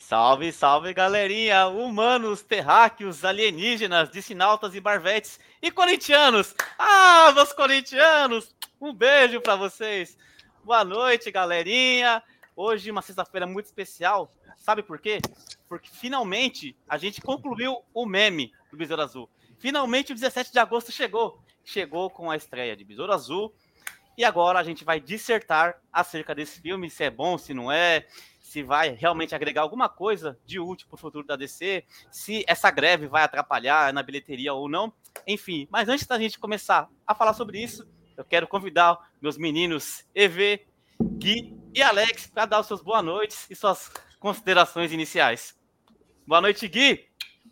Salve, salve, galerinha! Humanos, terráqueos, alienígenas, dissinautas e barvetes e corintianos! Ah, meus corintianos! Um beijo pra vocês! Boa noite, galerinha! Hoje uma sexta-feira muito especial. Sabe por quê? Porque finalmente a gente concluiu o meme do Besouro Azul. Finalmente o 17 de agosto chegou. Chegou com a estreia de Besouro Azul. E agora a gente vai dissertar acerca desse filme, se é bom, se não é, se vai realmente agregar alguma coisa de útil para o futuro da DC, se essa greve vai atrapalhar na bilheteria ou não, enfim. Mas antes da gente começar a falar sobre isso, eu quero convidar meus meninos EV, Gui e Alex para dar os seus boas noites e suas considerações iniciais. Boa noite, Gui!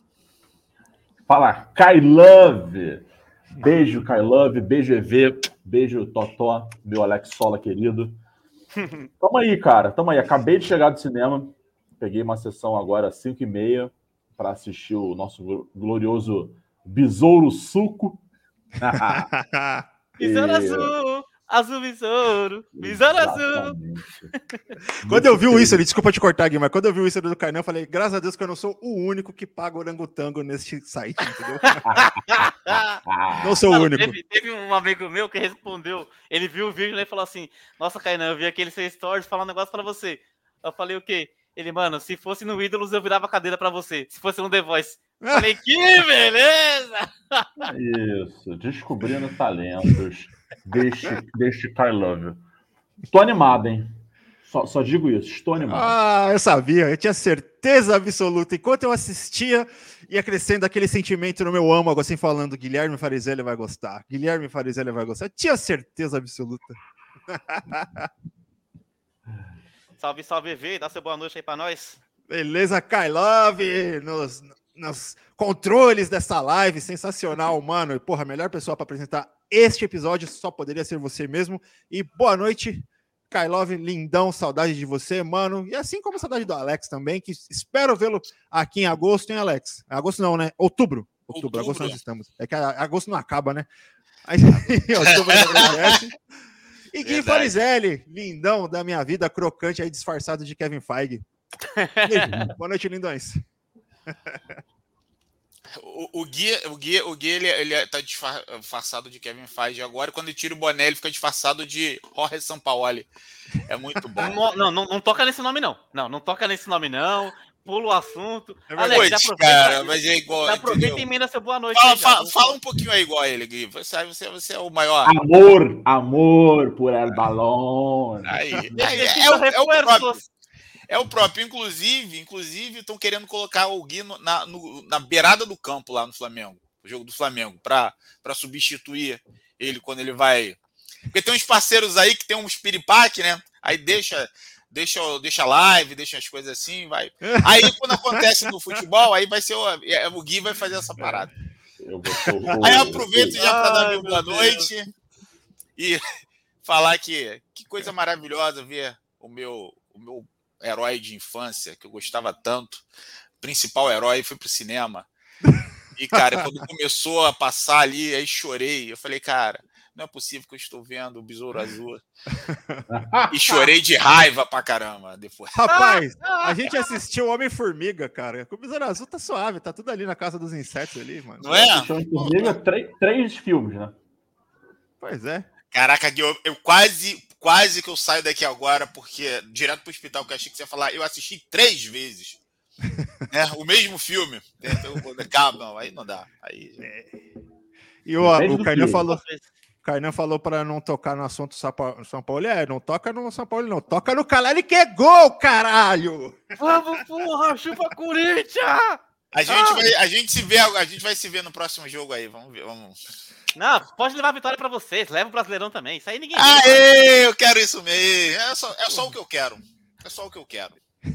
Fala, Kai Love! Beijo, Kai Love, beijo, EV, beijo, Totó, meu Alex Sola querido. Tamo aí, cara, tamo aí. Acabei de chegar do cinema, peguei uma sessão agora às 5h30 para assistir o nosso glorioso Besouro Suco. Besouro Azul! Azul Besouro! Besouro Azul! Quando eu vi isso, desculpa te cortar, Gui, mas quando eu vi isso do Kainan, eu falei, graças a Deus que eu não sou o único que paga orangotango neste site, entendeu? Não sou o único. Teve um amigo meu que respondeu, ele viu o vídeo e falou assim, nossa, Kainan, eu vi aquele seu stories falar um negócio pra você. Eu falei, o quê? Ele, mano, se fosse no Ídolos, eu virava a cadeira pra você. Se fosse no The Voice. Eu falei, que beleza! Isso, descobrindo talentos deste Kai Love. Tô animado, hein? Só digo isso, estou animado. Ah, eu sabia, eu tinha certeza absoluta. Enquanto eu assistia, ia crescendo aquele sentimento no meu âmago, assim, falando, Guilherme Farizelli vai gostar, Guilherme Farizelli vai gostar. Eu tinha certeza absoluta. Salve, salve, EV, dá seu boa noite aí pra nós. Beleza, Kai Love, nos controles dessa live, sensacional, mano. E, porra, a melhor pessoa para apresentar este episódio só poderia ser você mesmo. E boa noite, Kai Love, lindão, saudade de você, mano. E assim como saudade do Alex também, que espero vê-lo aqui em agosto, hein, Alex? Agosto não, né? Outubro, agosto nós estamos. É que agosto não acaba, né? Aí, outubro acontece. E Gui Farizelli, lindão da minha vida, crocante aí, disfarçado de Kevin Feige. Boa noite, lindões. O Gui ele tá disfarçado de Kevin Feige agora, e quando ele tira o boné, ele fica disfarçado de Jorge Sampaoli. É muito bom. Não toca nesse nome, não. Não toca nesse nome, não. Pula o assunto. Alex, já aproveita, cara, mas é igual. Já aproveita e emenda seu boa noite. Fala um pouquinho aí igual a ele, Gui. Você é o maior. Amor por el balón. É o próprio. Inclusive, estão querendo colocar o Gui na beirada do campo lá no Flamengo. O jogo do Flamengo. Para substituir ele quando ele vai. Porque tem uns parceiros aí que tem um piripaque, né? Aí deixa live, deixa as coisas assim, vai. Aí quando acontece no futebol, aí vai ser o Gui vai fazer essa parada. Aí eu aproveito já para dar minha boa noite e falar que coisa maravilhosa ver o meu herói de infância, que eu gostava tanto, principal herói, foi pro cinema. E, cara, quando começou a passar ali, aí chorei. Eu falei, cara, não é possível que eu estou vendo o Besouro Azul. E chorei de raiva pra caramba depois. Rapaz, a gente assistiu Homem-Formiga, cara. O Besouro Azul tá suave, tá tudo ali na casa dos insetos ali, mano. Não é? Homem-Formiga, 3 filmes, né? Pois é. Caraca, eu quase que eu saio daqui agora, porque direto pro hospital, que eu achei que você ia falar, eu assisti 3 vezes. O mesmo filme. Não, aí não dá. Aí... E o Kainan falou... Kainan falou para não tocar no assunto São Paulo. Não toca no São Paulo, não. Toca no Caleri que é gol, caralho! Vamos, porra! Chupa Corinthians! A gente vai se ver no próximo jogo aí. Vamos ver. Não, pode levar a vitória para vocês. Leva o Brasileirão também. Isso aí ninguém... eu quero isso mesmo. É só o que eu quero. É só o que eu quero.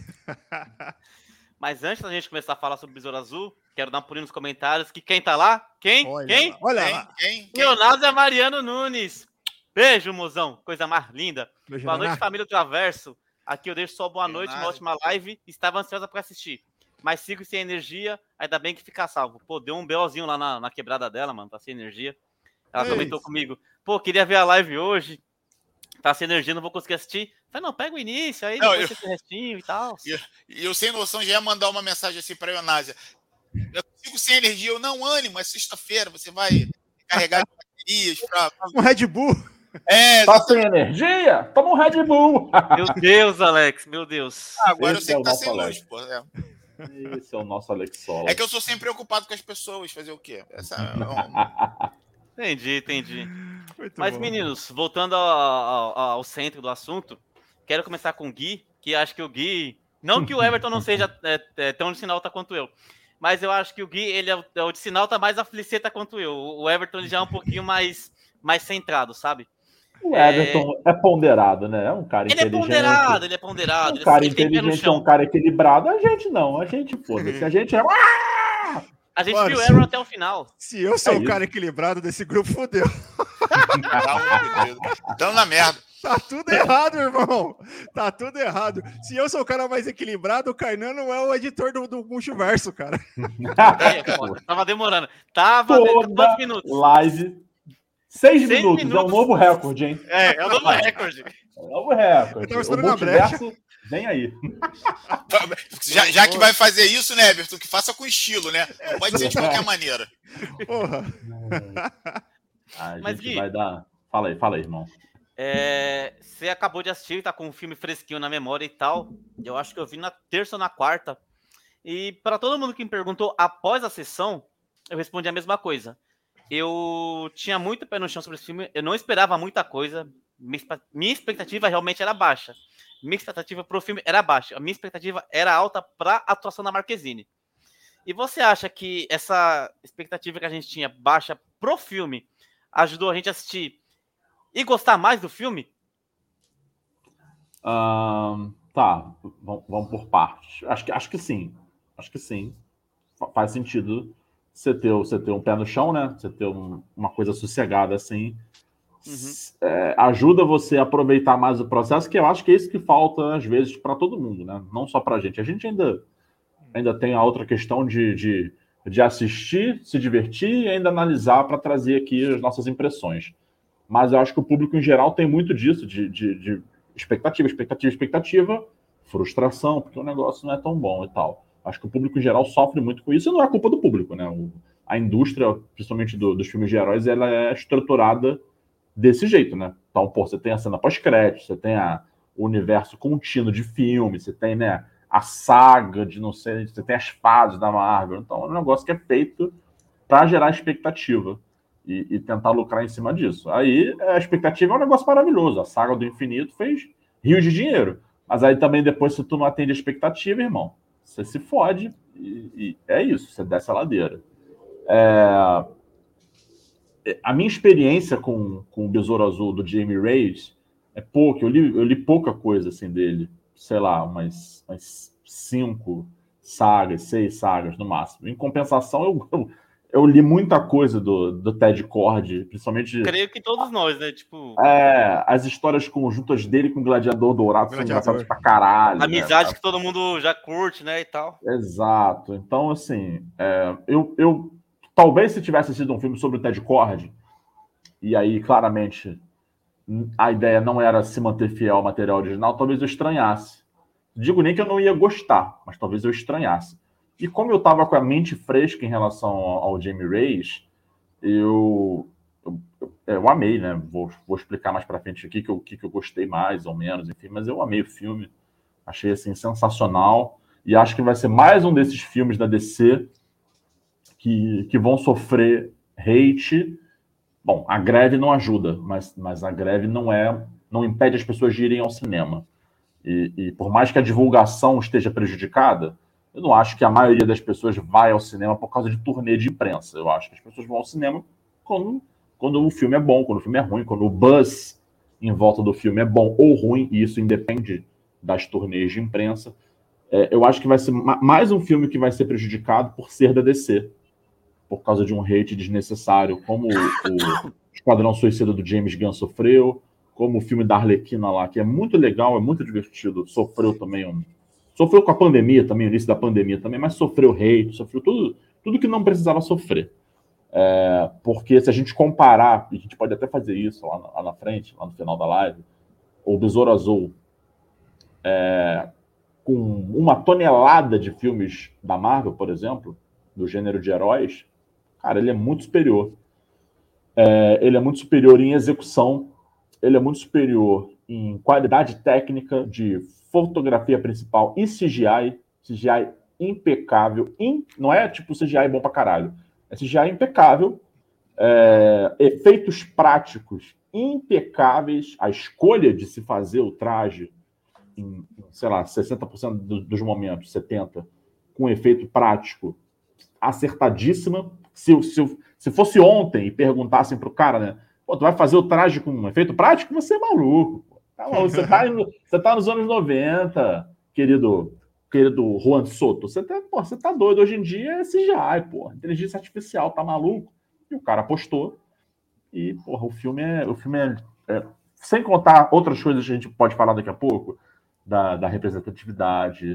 Mas antes da gente começar a falar sobre o Besouro Azul, quero dar um pulinho nos comentários que quem tá lá? Quem? Olha lá. Leonardo e Mariano Nunes. Beijo, mozão. Coisa mais linda. Beijo, boa noite, família do Traverso. Aqui eu deixo só boa noite, uma ótima live. Estava ansiosa para assistir. Mas sigo sem energia, ainda bem que fica salvo. Pô, deu um BOzinho lá na quebrada dela, mano. Tá sem energia. Ela comentou comigo. Pô, queria ver a live hoje. tá sem energia, não vou conseguir assistir. Falei, não, pega o início, aí Não, depois você tem o restinho e tal. E eu sem noção já ia mandar uma mensagem assim pra Ionásia. Eu fico sem energia, eu não, ânimo, é sexta-feira, você vai carregar de baterias Um Red Bull. Tá sem energia? Toma um Red Bull. Meu Deus, Alex, meu Deus. agora eu Esse sei é que o tá nosso sem luz, Alex. pô. Esse é o nosso Alex Sola. É que eu sou sempre preocupado com as pessoas, fazer o quê? Entendi. Muito Mas, bom. meninos, voltando ao centro do assunto, quero começar com o Gui, que acho que o Gui... Não que o Everton não seja tão de sinalta quanto eu, mas eu acho que o Gui, ele é o de sinalta mais afliceta quanto eu. O Everton ele já é um pouquinho mais centrado, sabe? O Everton é ponderado, né? É um cara Ele é inteligente. ele é ponderado. Um cara ele tem pé no inteligente é um chão. cara equilibrado. A gente não, a gente foda-se. A gente é. A gente Mano, viu o Arrow até o final. Se eu sou É o cara equilibrado desse grupo, fodeu. Tamo na merda. Tá tudo errado, irmão. Tá tudo errado. Se eu sou o cara mais equilibrado, o Kainan não é o editor do multiverso, cara. Tava demorando. Quantos minutos? Live. 6 minutos. É um novo recorde, hein? É o novo recorde. É um novo recorde. Eu tava O esperando a brecha. multiverso vem aí. Já que vai fazer isso, né, Everton, que faça com estilo, né? Não pode ser de qualquer maneira. Porra. A Mas, gente Gui, vai dar. Fala aí, irmão. Você acabou de assistir, tá com um filme fresquinho na memória e tal. Eu acho que eu vi na terça ou na quarta. E para todo mundo que me perguntou após a sessão, eu respondi a mesma coisa. Eu tinha muito pé no chão sobre esse filme, eu não esperava muita coisa. Minha expectativa realmente era baixa. Minha expectativa pro filme era baixa. A minha expectativa era alta pra atuação da Marquezine. E você acha que essa expectativa que a gente tinha baixa pro filme ajudou a gente a assistir e gostar mais do filme? Tá, vamos por partes. Acho que sim. Acho que sim. Faz sentido você ter um pé no chão, né? Você ter uma coisa sossegada assim. Ajuda você a aproveitar mais o processo, que eu acho que é isso que falta, às vezes, para todo mundo, né? Não só pra gente. A gente ainda tem a outra questão de assistir, se divertir e ainda analisar para trazer aqui as nossas impressões. Mas eu acho que o público, em geral, tem muito disso, de expectativa, frustração, porque o negócio não é tão bom e tal. Acho que o público, em geral, sofre muito com isso, e não é culpa do público, né? A indústria, principalmente dos filmes de heróis, ela é estruturada desse jeito, né? Então, você tem a cena pós-crédito, você tem o universo contínuo de filme, você tem, né, a saga de não sei, você tem as fases da Marvel. Então, é um negócio que é feito para gerar expectativa e tentar lucrar em cima disso. Aí, a expectativa é um negócio maravilhoso. A saga do infinito fez rios de dinheiro. Mas aí também, depois, se tu não atende a expectativa, irmão, você se fode e é isso, você desce a ladeira. A minha experiência com o Besouro Azul do Jamie Reyes é pouca. Eu li pouca coisa assim dele. Sei lá, umas 5 sagas, 6 sagas no máximo. Em compensação, eu li muita coisa do Ted Kord, principalmente... Creio que todos nós, né? Tipo... as histórias conjuntas dele com o Gladiador Dourado são engraçadas pra caralho. Amizade, né? Que todo mundo já curte, né? E tal. Exato. Então, assim, eu talvez se tivesse sido um filme sobre o Ted Kord, e aí, claramente, a ideia não era se manter fiel ao material original, talvez eu estranhasse. Digo nem que eu não ia gostar, mas talvez eu estranhasse. E como eu estava com a mente fresca em relação ao Jamie Reyes, eu amei, né? Vou explicar mais pra frente aqui o que eu gostei mais ou menos, enfim, mas eu amei o filme. Achei, assim, sensacional. E acho que vai ser mais um desses filmes da DC que vão sofrer hate. Bom, a greve não ajuda, mas a greve não impede as pessoas de irem ao cinema. E por mais que a divulgação esteja prejudicada, eu não acho que a maioria das pessoas vai ao cinema por causa de turnê de imprensa. Eu acho que as pessoas vão ao cinema quando o filme é bom, quando o filme é ruim, quando o buzz em volta do filme é bom ou ruim, e isso independe das turnês de imprensa. Eu acho que vai ser mais um filme que vai ser prejudicado por ser da DC, por causa de um hate desnecessário, como o Esquadrão Suicida do James Gunn sofreu, como o filme da Arlequina lá, que é muito legal, é muito divertido, sofreu também sofreu com a pandemia também, o início da pandemia também, mas sofreu hate, sofreu tudo que não precisava sofrer. Porque se a gente comparar, e a gente pode até fazer isso lá na frente, lá no final da live, o Besouro Azul com uma tonelada de filmes da Marvel, por exemplo, do gênero de heróis, cara, ele é muito superior. Ele é muito superior em execução, ele é muito superior em qualidade técnica de fotografia principal e CGI impecável. Não é tipo CGI bom pra caralho, é CGI impecável, efeitos práticos impecáveis, a escolha de se fazer o traje em, sei lá, 60% dos momentos, 70%, com efeito prático acertadíssima. Se fosse ontem e perguntassem pro cara, né? Pô, tu vai fazer o traje com um efeito prático? Você é maluco. Tá maluco. Você tá nos anos 90, querido Juan Soto. Você tá doido. Hoje em dia é CGI, porra. Inteligência artificial, tá maluco? E o cara apostou. E, porra, o filme é sem contar outras coisas que a gente pode falar daqui a pouco, da representatividade,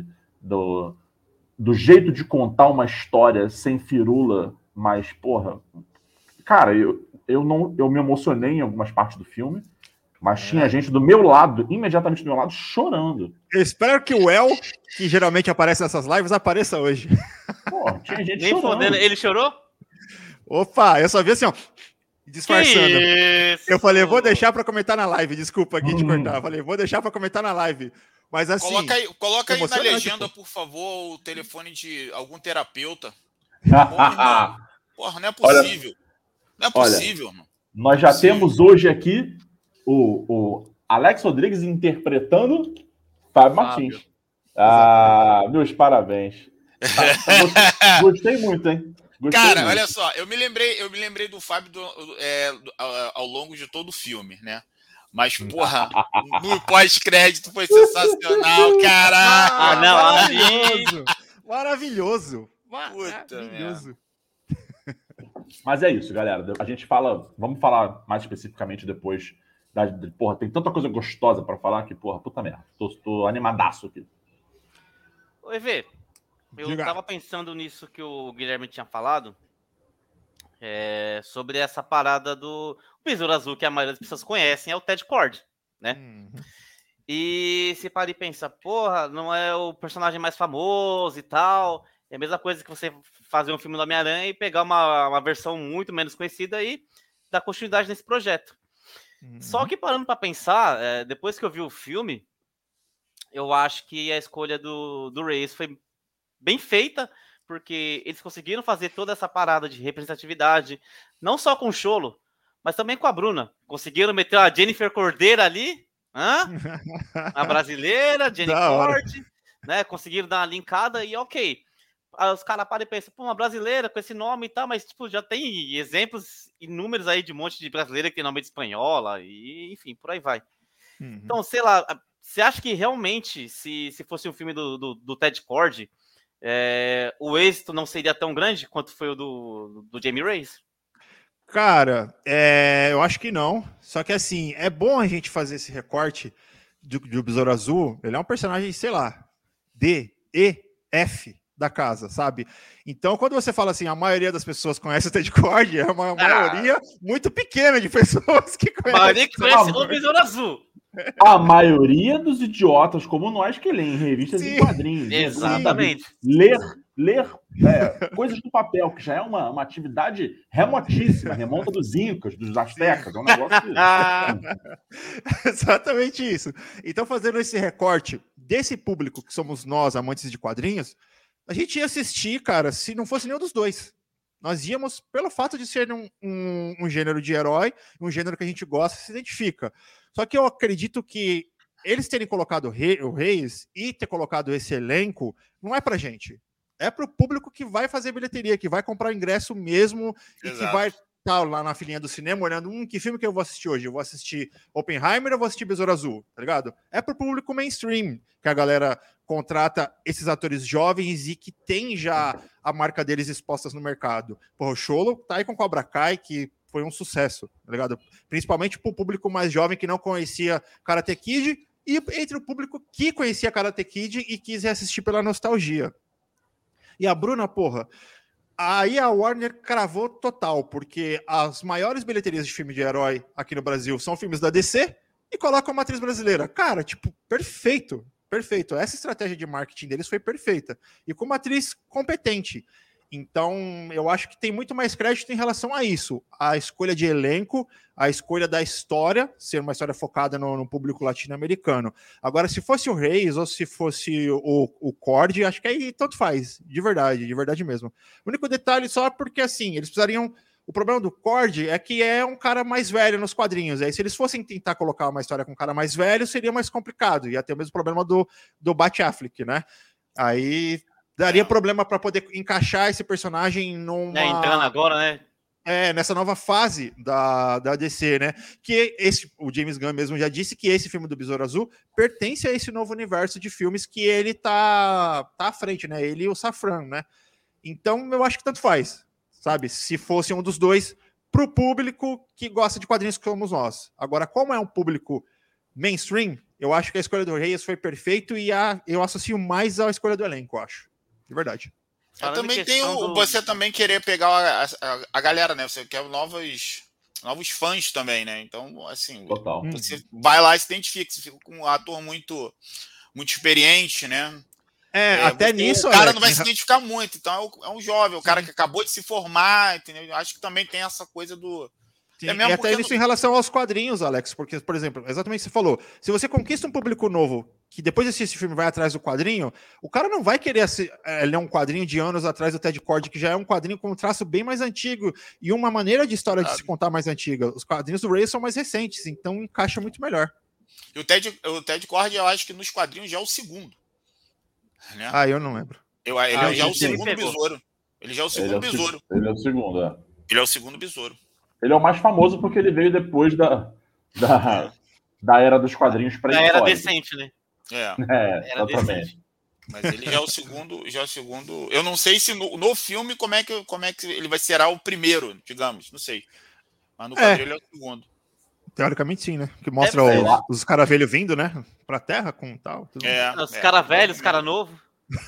do jeito de contar uma história sem firula, mas, porra, cara, eu me emocionei em algumas partes do filme, mas tinha gente do meu lado, imediatamente do meu lado, chorando. Eu espero que o El, que geralmente aparece nessas lives, apareça hoje. Porra, tinha gente Nem chorando. fodendo. Ele chorou? Opa, eu só vi assim, ó, disfarçando. Isso? Eu falei, vou deixar pra comentar na live, desculpa aqui te cortar. Eu falei, vou deixar pra comentar na live. Mas assim... Coloca aí na emocionante, legenda, pô. por favor, o telefone de algum terapeuta. Porra, não é Olha, possível. Não é possível, mano. Nós já temos hoje aqui o Alex Rodrigues interpretando Fábio Martins. Meus parabéns. Gostei muito, hein? Cara, olha só, eu me lembrei do Fábio ao longo de todo o filme, né? Mas, porra, no pós-crédito foi sensacional, caraca! Maravilhoso! Maravilhoso! Puta merda. Mas é isso, galera. A gente vamos falar mais especificamente depois. Porra, tem tanta coisa gostosa pra falar que, porra, puta merda. Tô animadaço aqui. Ô, EV, eu tava pensando nisso que o Guilherme tinha falado, sobre essa parada do Besouro Azul, que a maioria das pessoas conhecem, é o Ted Kord, né? E se para e pensa, porra, não é o personagem mais famoso e tal, é a mesma coisa que você fazer um filme do Homem-Aranha e pegar uma versão muito menos conhecida e dar continuidade nesse projeto. Só que parando para pensar, depois que eu vi o filme, eu acho que a escolha do Reyes foi bem feita, porque eles conseguiram fazer toda essa parada de representatividade, não só com o Cholo, mas também com a Bruna. Conseguiram meter a Jennifer Cordeira ali, a brasileira, Jenny Cord, né? Conseguiram dar uma linkada e ok. Aí os caras param e pensam, pô, uma brasileira com esse nome e tal, mas tipo, já tem exemplos inúmeros aí de um monte de brasileira que tem nome de espanhola, e enfim, por aí vai. Então, sei lá, você acha que realmente, se fosse um filme do Ted Kord, o êxito não seria tão grande quanto foi o do Jamie Reyes? Cara, eu acho que não. Só que assim, é bom a gente fazer esse recorte do Besouro Azul. Ele é um personagem, sei lá, D, E, F da casa, sabe? Então, quando você fala assim, a maioria das pessoas conhece o Ted Kord, é uma maioria muito pequena de pessoas que conhecem. A maioria que conhece o Besouro Azul. A maioria dos idiotas como nós que leem revistas e quadrinhos. Exatamente. Ler coisas do papel, que já é uma atividade remotíssima, remonta dos Incas, dos Aztecas, é um negócio que... Exatamente isso. Então, fazendo esse recorte desse público que somos nós, amantes de quadrinhos, a gente ia assistir, cara, se não fosse nenhum dos dois. Nós íamos pelo fato de ser um gênero de herói, um gênero que a gente gosta, se identifica. Só que eu acredito que eles terem colocado o Reyes e ter colocado esse elenco não é pra gente. É pro público que vai fazer bilheteria, que vai comprar o ingresso mesmo. Exato. E que vai estar lá na filinha do cinema olhando, que filme que eu vou assistir hoje? Eu vou assistir Oppenheimer ou vou assistir Besouro Azul? Tá ligado? É pro público mainstream que a galera contrata esses atores jovens e que tem já a marca deles expostas no mercado. Porra, o Cholo tá aí com Cobra Kai, que foi um sucesso, tá ligado? Principalmente pro público mais jovem que não conhecia Karate Kid e entre o público que conhecia Karate Kid e quis assistir pela nostalgia. E a Bruna, porra, aí a Warner cravou total, porque as maiores bilheterias de filme de herói aqui no Brasil são filmes da DC, e coloca uma atriz brasileira. Cara, tipo, perfeito. Perfeito. Essa estratégia de marketing deles foi perfeita. E com uma atriz competente. Então, eu acho que tem muito mais crédito em relação a isso. A escolha de elenco, a escolha da história, ser uma história focada no público latino-americano. Agora, se fosse o Reis ou se fosse o Cord, acho que aí tanto faz. De verdade mesmo. O único detalhe só porque, assim, eles precisariam... O problema do Cord é que é um cara mais velho nos quadrinhos. Aí, se eles fossem tentar colocar uma história com um cara mais velho, seria mais complicado. Ia ter o mesmo problema do Bat-Affleck, né? Aí daria problema para poder encaixar esse personagem numa... entrando agora, né? Nessa nova fase da DC, né? Que o James Gunn mesmo já disse que esse filme do Besouro Azul pertence a esse novo universo de filmes que ele tá à frente, né? Ele e o Safran, né? Então, eu acho que tanto faz, sabe? Se fosse um dos dois, pro público que gosta de quadrinhos como nós. Agora, como é um público mainstream, eu acho que a escolha do Reyes foi perfeito e eu associo mais à escolha do elenco, eu acho. De verdade. Eu também tenho você também querer pegar a galera, né? Você quer novos fãs também, né? Então, assim, Total. Você vai lá e se identifica. Você fica com um ator muito experiente, né? Até nisso... O cara não vai se identificar muito. Então, é um jovem, o cara que acabou de se formar, entendeu? Eu acho que também tem essa coisa do... Sim, e até isso em relação aos quadrinhos, Alex, porque, por exemplo, exatamente o que você falou, se você conquista um público novo, que depois de assistir esse filme vai atrás do quadrinho, o cara não vai querer ler um quadrinho de anos atrás do Ted Kord, que já é um quadrinho com um traço bem mais antigo e uma maneira de história de se contar mais antiga. Os quadrinhos do Ray são mais recentes, então encaixa muito melhor. E o Ted Kord, eu acho que nos quadrinhos já é o segundo. Né? Eu não lembro. Ele já é o segundo besouro. Ele já é o segundo besouro. Ele é o segundo, é. Ele é o segundo besouro. Ele é o mais famoso porque ele veio depois da era dos quadrinhos pré-históricos. Da era decente, né? Exatamente. Mas ele já é o segundo, Eu não sei se no filme como é que ele vai ser o primeiro, digamos, não sei. Mas no quadrinho ele é o segundo. Teoricamente sim, né? Que mostra os caras velhos vindo, né? Pra terra com tal. Tudo. Os caras velhos, os caras novos.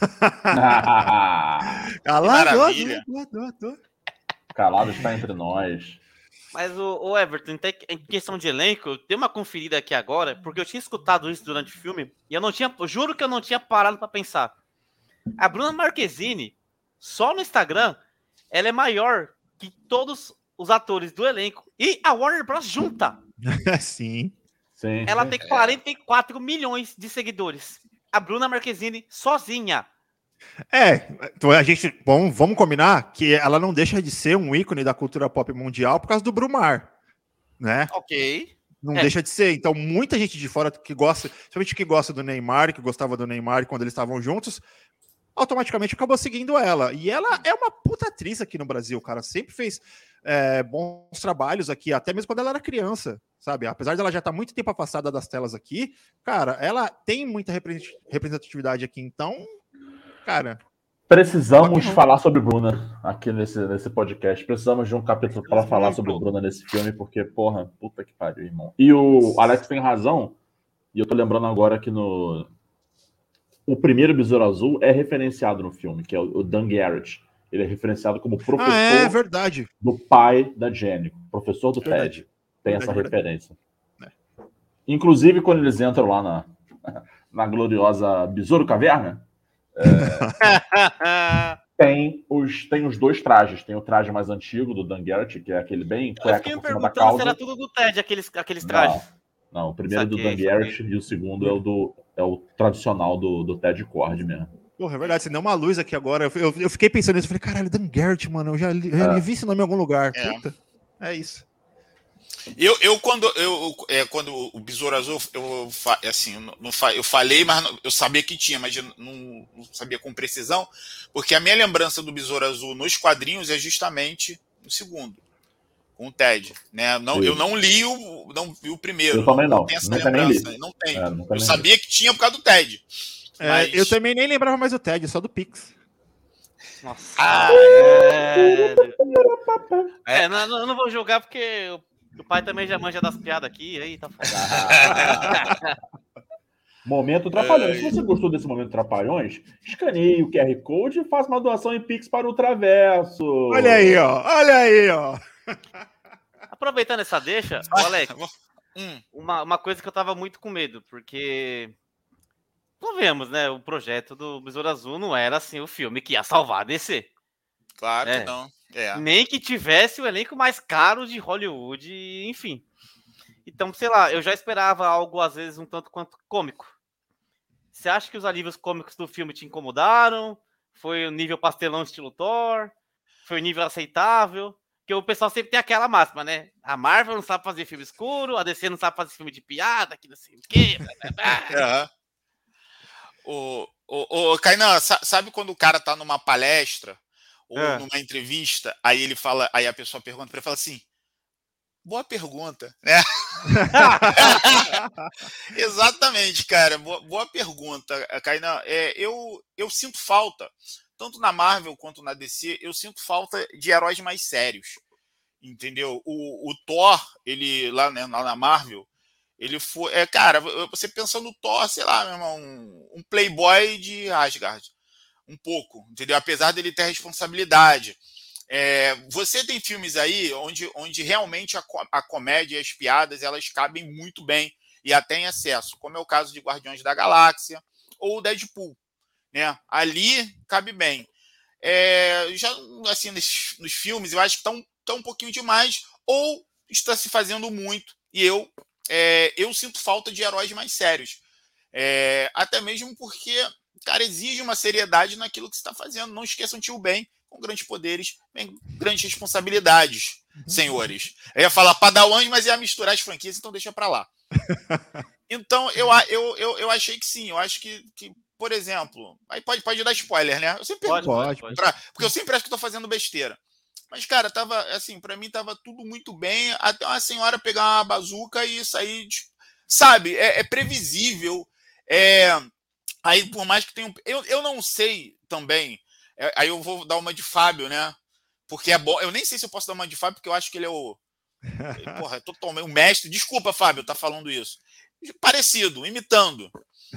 Calado está entre nós. Mas o Everton, em questão de elenco, eu dei uma conferida aqui agora, porque eu tinha escutado isso durante o filme, e eu juro que eu não tinha parado pra pensar. A Bruna Marquezine, só no Instagram, ela é maior que todos os atores do elenco e a Warner Bros. Junta. Sim. Ela tem 44 milhões de seguidores. A Bruna Marquezine sozinha. Então a gente, vamos combinar que ela não deixa de ser um ícone da cultura pop mundial por causa do Brumar, né? Ok. Não deixa de ser. Então muita gente de fora que gosta, principalmente que gosta do Neymar, que gostava do Neymar quando eles estavam juntos, automaticamente acabou seguindo ela. E ela é uma puta atriz aqui no Brasil, cara. Sempre fez bons trabalhos aqui, até mesmo quando ela era criança, sabe? Apesar dela já estar muito tempo afastada das telas aqui, cara, ela tem muita representatividade aqui, então... Cara, precisamos falar sobre Bruna aqui nesse podcast. Precisamos de um capítulo para falar sobre Bruna nesse filme, porque, porra, puta que pariu, irmão. E o Alex tem razão, e eu tô lembrando agora que o primeiro Besouro Azul é referenciado no filme, que é o Dan Garrett. Ele é referenciado como professor verdade. do pai da Jenny, professor do Ted. Tem essa referência. Inclusive, quando eles entram lá na gloriosa Besouro Caverna, tem os dois trajes. Tem o traje mais antigo do Dan Garrett, que é aquele bem cueca por cima da calça. Se era tudo do Ted, aqueles trajes. Não, o primeiro é do Dan Garrett e o segundo é o tradicional do Ted Kord mesmo. Porra, é verdade, você deu uma luz aqui agora. Eu fiquei pensando nisso, eu falei, caralho, Dan Garrett, mano, eu já vi esse nome em algum lugar. Puta, é isso. Quando o Besouro Azul, eu falei, mas eu sabia que tinha, mas eu não sabia com precisão, porque a minha lembrança do Besouro Azul nos quadrinhos é justamente no segundo, com o Ted, né? Eu não vi o primeiro. Eu também não. Nunca nem li. Não tenho. Eu sabia que tinha por causa do Ted. Mas... Eu também nem lembrava mais do Ted, só do Pix. Nossa. Não vou jogar porque o pai também já manja das piadas aqui, aí tá foda. Momento Trapalhões. Se você gostou desse Momento Trapalhões, escaneie o QR Code e faça uma doação em Pix para o Traverso. Olha aí, ó. Aproveitando essa deixa, Alex, uma coisa que eu tava muito com medo, porque vemos, né? O projeto do Besouro Azul não era assim o filme que ia salvar a DC. Claro que não. Nem que tivesse o elenco mais caro de Hollywood, enfim. Então, sei lá, eu já esperava algo, às vezes, um tanto quanto cômico. Você acha que os alívios cômicos do filme te incomodaram? Foi o nível pastelão estilo Thor? Foi o nível aceitável? Porque o pessoal sempre tem aquela máxima, né? A Marvel não sabe fazer filme escuro, a DC não sabe fazer filme de piada, que não sei o quê. Kainan, sabe quando o cara tá numa palestra ou numa entrevista, aí ele fala, aí a pessoa pergunta para ele, fala assim, boa pergunta, né? Exatamente, cara, boa pergunta, Kainan. Eu sinto falta, tanto na Marvel quanto na DC, eu sinto falta de heróis mais sérios, entendeu? O Thor, ele lá, né, lá na Marvel, ele foi. Cara, você pensa no Thor, sei lá, meu irmão, um playboy de Asgard. Um pouco, entendeu? Apesar dele ter responsabilidade. Você tem filmes aí onde realmente a comédia e as piadas elas cabem muito bem e até em excesso, como é o caso de Guardiões da Galáxia ou Deadpool. Né? Ali cabe bem. Já assim, nos filmes, eu acho que está um pouquinho demais, ou está se fazendo muito, e eu sinto falta de heróis mais sérios. Até mesmo porque, cara, exige uma seriedade naquilo que você está fazendo. Não esqueçam, Tio Ben, com grandes poderes, vem grandes responsabilidades, senhores. Eu ia falar Padawan, mas ia misturar as franquias, então deixa para lá. Então, eu achei que sim. Eu acho que por exemplo, aí pode dar spoiler, né? Eu sempre pode. Porque eu sempre acho que estou fazendo besteira. Mas, cara, tava assim, para mim tava tudo muito bem, até uma senhora pegar uma bazuca e sair, sabe? É previsível. Aí, por mais que tenha eu não sei também. Aí eu vou dar uma de Fábio, né? Porque é bom. Eu nem sei se eu posso dar uma de Fábio, porque eu acho que ele é porra, totalmente o mestre. Desculpa, Fábio, tá falando isso. Parecido, imitando.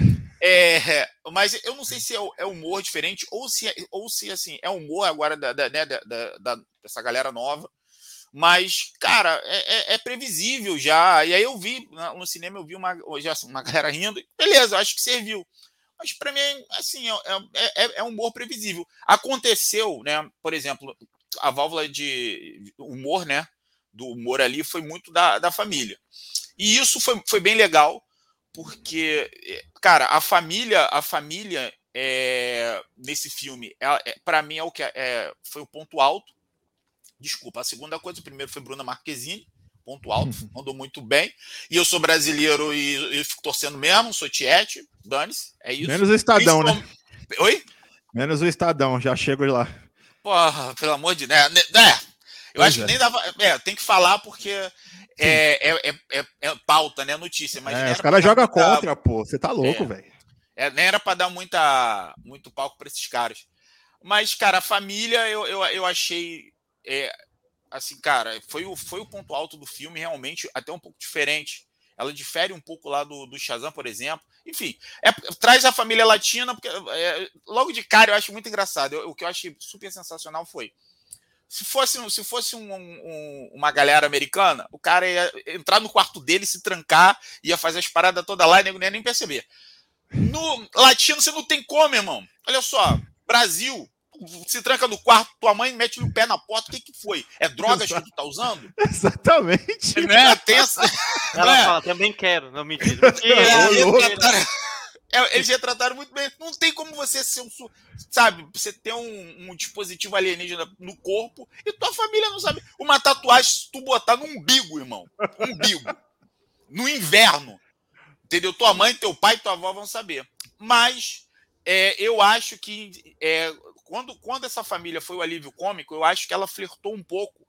Mas eu não sei se é humor diferente ou se assim, é humor agora dessa galera nova. Mas, cara, é previsível já. E aí eu vi, no cinema, eu vi uma galera rindo. Beleza, eu acho que serviu. Mas para mim, assim, é humor previsível. Aconteceu, né? Por exemplo, a válvula de humor, né? Do humor ali foi muito da família. E isso foi bem legal, porque, cara, a família nesse filme, para mim, foi o ponto alto. Desculpa, a segunda coisa, o primeiro foi Bruna Marquezine, ponto alto, mandou muito bem. E eu sou brasileiro e fico torcendo mesmo, sou tiete, dane-se, é isso. Menos o Estadão, né? Oi? Menos o Estadão, já chego lá. Porra, pelo amor de Deus. Eu acho que nem dava. Tem que falar porque é pauta, né? Notícia. Mas os caras jogam contra, pô. Você tá louco, velho. Nem era pra dar muito palco pra esses caras. Mas, cara, a família eu achei. Assim, cara, foi o ponto alto do filme, realmente, até um pouco diferente. Ela difere um pouco lá do Shazam, por exemplo. Enfim, traz a família latina, porque logo de cara eu acho muito engraçado. O que eu achei super sensacional foi. Se fosse uma galera americana, o cara ia entrar no quarto dele, se trancar, ia fazer as paradas toda lá e não ia nem perceber. No latino, você não tem como, irmão. Olha só, Brasil, se tranca no quarto, tua mãe mete o pé na porta, o que foi? É drogas que tu tá usando? Exatamente. Né? Tem essa... Ela fala, também quero. Não, mentira. Eles retrataram muito bem. Não tem como você ser sabe, você ter um dispositivo alienígena no corpo e tua família não sabe. Uma tatuagem, se tu botar no umbigo, irmão. Umbigo. No inverno. Entendeu? Tua mãe, teu pai, tua avó vão saber. Mas eu acho que quando essa família foi o alívio cômico, eu acho que ela flertou um pouco.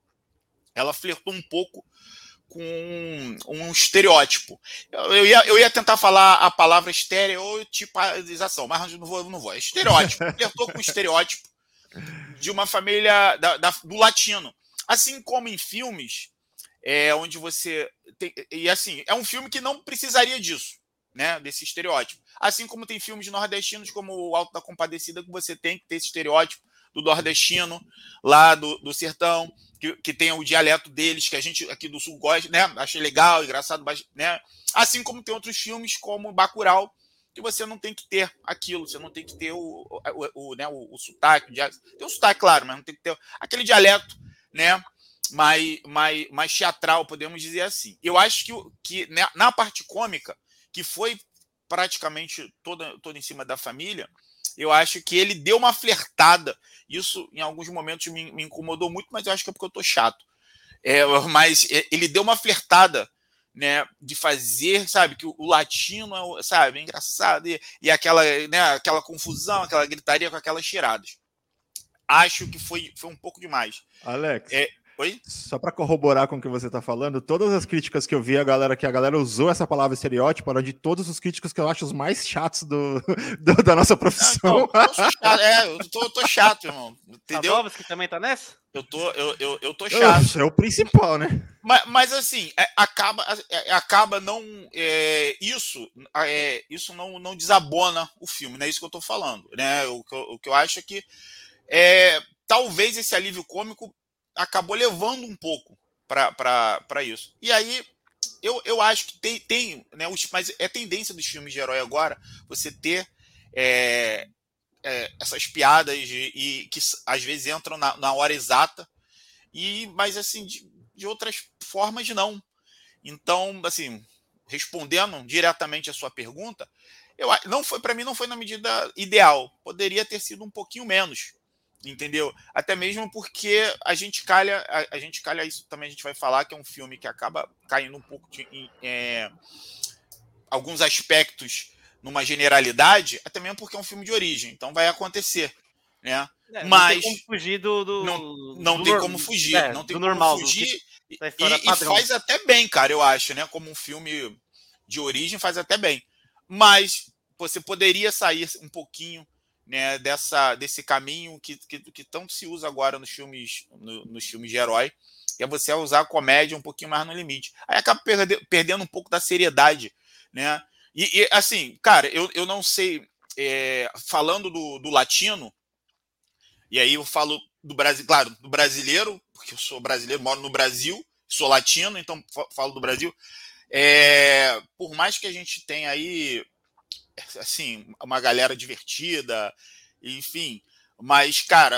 Com um estereótipo. Eu ia tentar falar a palavra estereotipização, mas não vou. É estereótipo. Flertou com o estereótipo de uma família do latino. Assim como em filmes onde você tem, e assim, é um filme que não precisaria disso, né, desse estereótipo. Assim como tem filmes nordestinos como o Alto da Compadecida, que você tem que ter esse estereótipo do nordestino lá do sertão, que tenha o dialeto deles, que a gente aqui do Sul gosta, né? Achei legal, engraçado, né? Assim como tem outros filmes como Bacurau, que você não tem que ter aquilo, você não tem que ter o sotaque. Tem o sotaque, claro, mas não tem que ter aquele dialeto, né? Mais teatral, podemos dizer assim. Eu acho que na parte cômica, que foi praticamente toda em cima da família, eu acho que ele deu uma flertada. Isso, em alguns momentos, me incomodou muito, mas eu acho que é porque eu tô chato. Mas ele deu uma flertada, né, de fazer, sabe, que o latino, sabe, é engraçado, e aquela, né, aquela confusão, aquela gritaria com aquelas cheiradas. Acho que foi um pouco demais. Alex, oi? Só para corroborar com o que você está falando, todas as críticas que eu vi, a galera usou essa palavra estereótipo, era de todos os críticos que eu acho os mais chatos da nossa profissão. Eu tô chato, irmão. Entendeu? A que também tá nessa? Eu tô chato. É o principal, né? Mas assim, acaba não. Isso não desabona o filme, não é isso que eu tô falando. Né? O que eu acho é que talvez esse alívio cômico acabou levando um pouco para isso. E aí, eu acho que tem né, mas é tendência dos filmes de herói agora você ter essas piadas e que às vezes entram na hora exata, mas assim, de outras formas não. Então, assim, respondendo diretamente a sua pergunta, para mim não foi na medida ideal. Poderia ter sido um pouquinho menos. Entendeu? Até mesmo porque a gente calha isso também, a gente vai falar que é um filme que acaba caindo um pouco em alguns aspectos numa generalidade, até mesmo porque é um filme de origem, então vai acontecer, né? Mas não tem como fugir não tem como fugir, não tem como fugir e faz até bem, cara, eu acho, né? Como um filme de origem faz até bem, mas você poderia sair um pouquinho, né, desse caminho que tanto se usa agora nos filmes de herói, que é você usar a comédia um pouquinho mais no limite. Aí acaba perdendo um pouco da seriedade, né? E assim, cara, eu não sei, falando do latino, e aí eu falo do Brasil, claro, do brasileiro, porque eu sou brasileiro, moro no Brasil, sou latino, então falo do Brasil. Por mais que a gente tenha aí assim, uma galera divertida, enfim, mas, cara,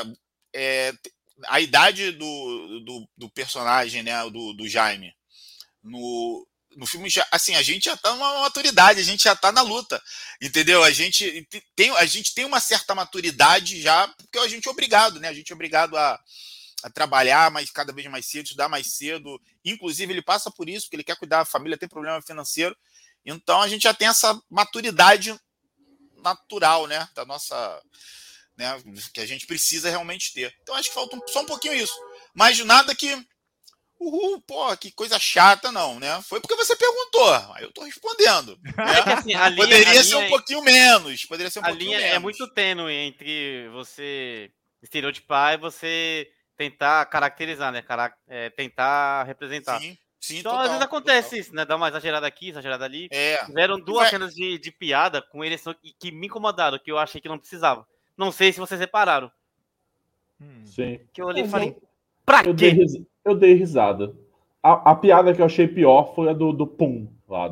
a idade do personagem, né, do Jaime, no filme, assim, a gente já tá numa maturidade, a gente já tá na luta, entendeu? A gente tem uma certa maturidade já, porque a gente é obrigado, né, a gente é obrigado a trabalhar cada vez mais cedo, estudar mais cedo, inclusive ele passa por isso, porque ele quer cuidar da família, tem problema financeiro. Então a gente já tem essa maturidade natural, né, da nossa, né, que a gente precisa realmente ter. Então acho que falta só um pouquinho isso. Mas nada que que coisa chata, não, né? Foi porque você perguntou, aí eu tô respondendo. Né? Que, assim, poderia ser um pouquinho menos, poderia ser um pouquinho menos. A linha é muito tênue entre você estereotipar e você tentar caracterizar, né? Tentar representar. Sim, então, total, às vezes acontece total. isso, né? Dá uma exagerada aqui, exagerada ali. Tiveram duas cenas de piada com eles que me incomodaram, que eu achei que não precisava. Não sei se vocês repararam. Sim. Que eu olhei e falei, pra quê? Eu dei risada. A piada que eu achei pior foi a do Pum, lá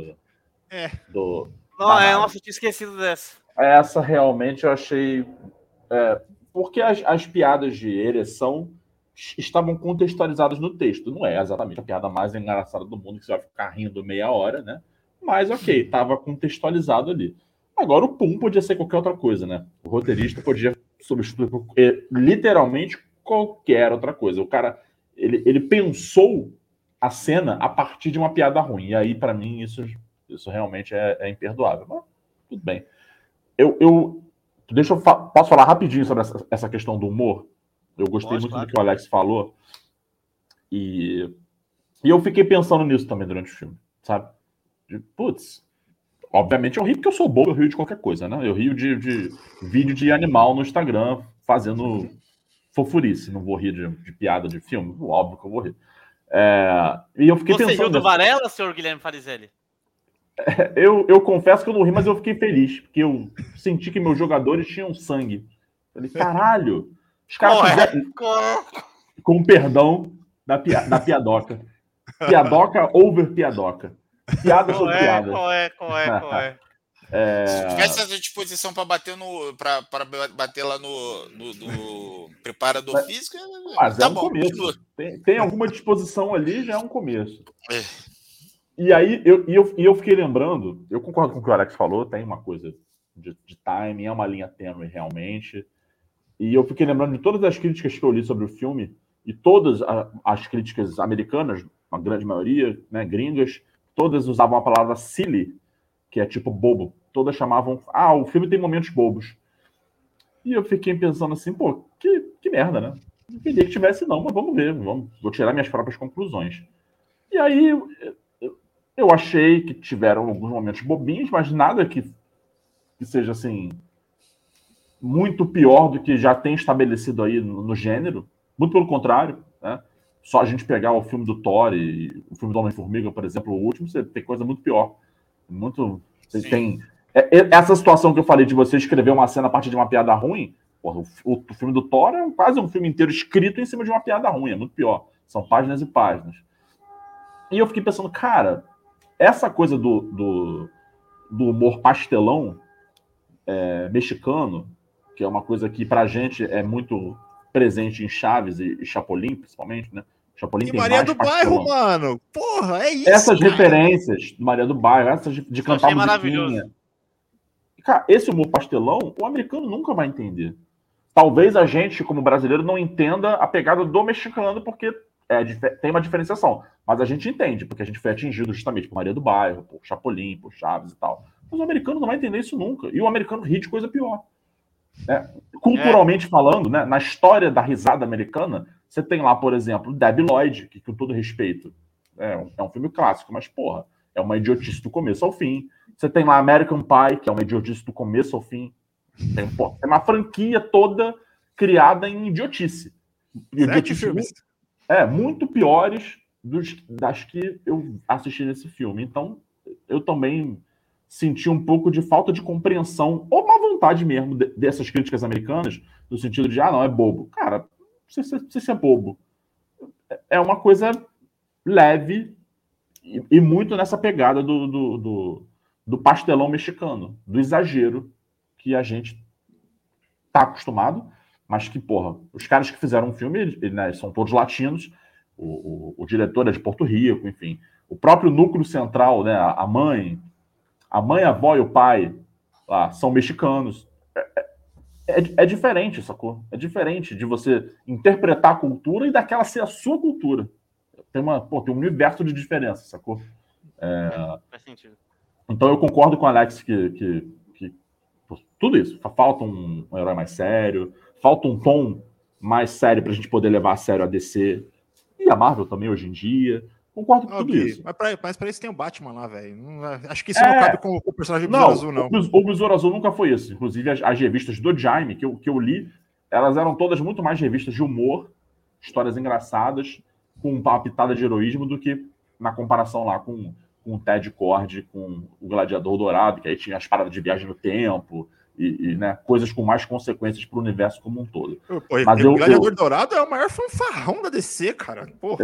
Nossa, eu tinha esquecido dessa. Essa realmente eu achei... porque as piadas de ereção estavam contextualizadas no texto. Não é exatamente a piada mais engraçada do mundo, que você vai ficar rindo meia hora, né? Mas ok, estava contextualizado ali. Agora o Pum podia ser qualquer outra coisa, né? O roteirista podia substituir por literalmente qualquer outra coisa. O cara, ele pensou a cena a partir de uma piada ruim. E aí, para mim, isso realmente é imperdoável. Mas tudo bem. Posso falar rapidinho sobre essa questão do humor? Eu gostei muito do que o Alex falou. E eu fiquei pensando nisso também durante o filme, sabe? Obviamente eu rio porque eu sou bobo, eu rio de qualquer coisa, né? Eu rio de vídeo de animal no Instagram fazendo fofurice. Não vou rir de piada de filme? Óbvio que eu vou rir. E eu fiquei pensando... Você riu do Varela, senhor Guilherme Farizelli? Eu confesso que eu não ri, mas eu fiquei feliz, porque eu senti que meus jogadores tinham sangue. Falei, caralho, os caras fizeram... Com perdão da piadoca. Piadoca over piadoca. Piada sobre piada. Qual é? Se tivesse essa disposição para bater bater lá no preparador físico, mas tá é um bom. começo. Tem alguma disposição ali, já é um começo. É. E aí, eu fiquei lembrando, eu concordo com o que o Alex falou, tem uma coisa de timing, é uma linha tênue realmente. E eu fiquei lembrando de todas as críticas que eu li sobre o filme, e todas as críticas americanas, a grande maioria, né, gringas, todas usavam a palavra silly, que é tipo bobo. Todas chamavam, o filme tem momentos bobos. E eu fiquei pensando assim, pô, que merda, né? Não queria que tivesse não, mas vamos ver, vou tirar minhas próprias conclusões. E aí, eu achei que tiveram alguns momentos bobinhos, mas nada que seja assim muito pior do que já tem estabelecido aí no gênero. Muito pelo contrário, né? Só a gente pegar o filme do Thor e o filme do Homem-Formiga, por exemplo, o último, você tem coisa muito pior. Essa situação que eu falei de você escrever uma cena a partir de uma piada ruim, porra, o filme do Thor é quase um filme inteiro escrito em cima de uma piada ruim, é muito pior. São páginas e páginas. E eu fiquei pensando, cara, essa coisa do humor pastelão mexicano, que é uma coisa que pra gente é muito presente em Chaves e Chapolin, principalmente, né? Chapolin E tem Maria mais do pastelão. Bairro, mano. Porra, é isso. Essas cara. referências do Maria do Bairro, essas de cantar achei musiquinha. maravilhoso. Cara, esse humor pastelão, o americano nunca vai entender. Talvez a gente, como brasileiro, não entenda a pegada do mexicano, porque tem uma diferenciação. Mas a gente entende, porque a gente foi atingido justamente por Maria do Bairro, por Chapolin, por Chaves e tal. Mas o americano não vai entender isso nunca. E o americano ri de coisa pior. Né? Culturalmente falando, né, na história da risada americana, você tem lá, por exemplo, Debi Lloyd, que com todo respeito é um filme clássico, mas, porra, é uma idiotice do começo ao fim. Você tem lá American Pie, que é uma idiotice do começo ao fim. Tem uma franquia toda criada em idiotice. 7 filmes. Muito piores das que eu assisti nesse filme. Então, eu também senti um pouco de falta de compreensão, ou má vontade mesmo, dessas críticas americanas, no sentido de, não, é bobo. Cara, não sei se é bobo. É uma coisa leve e muito nessa pegada do pastelão mexicano, do exagero que a gente tá acostumado, mas que, porra, os caras que fizeram um filme, né, são todos latinos, o diretor é de Porto Rico, enfim. O próprio núcleo central, né, a mãe, a avó e o pai lá, são mexicanos. É diferente, sacou? É diferente de você interpretar a cultura e daquela ser a sua cultura. Tem um universo de diferença, sacou? Faz sentido. Então eu concordo com o Alex que tudo isso. Falta um herói mais sério, falta um tom mais sério pra gente poder levar a sério a DC e a Marvel também hoje em dia. Concordo com tudo isso. Mas pra isso tem o Batman lá, velho. Acho que isso não cabe com o personagem do Besouro Azul, não. O Besouro Azul nunca foi isso. Inclusive, as revistas do Jaime, que eu li, elas eram todas muito mais revistas de humor, histórias engraçadas, com uma pitada de heroísmo, do que na comparação lá com o Ted Kord, com o Gladiador Dourado, que aí tinha as paradas de viagem no tempo e né, coisas com mais consequências para o universo como um todo. Mas o Gladiador Dourado é o maior fanfarrão da DC, cara. Porra.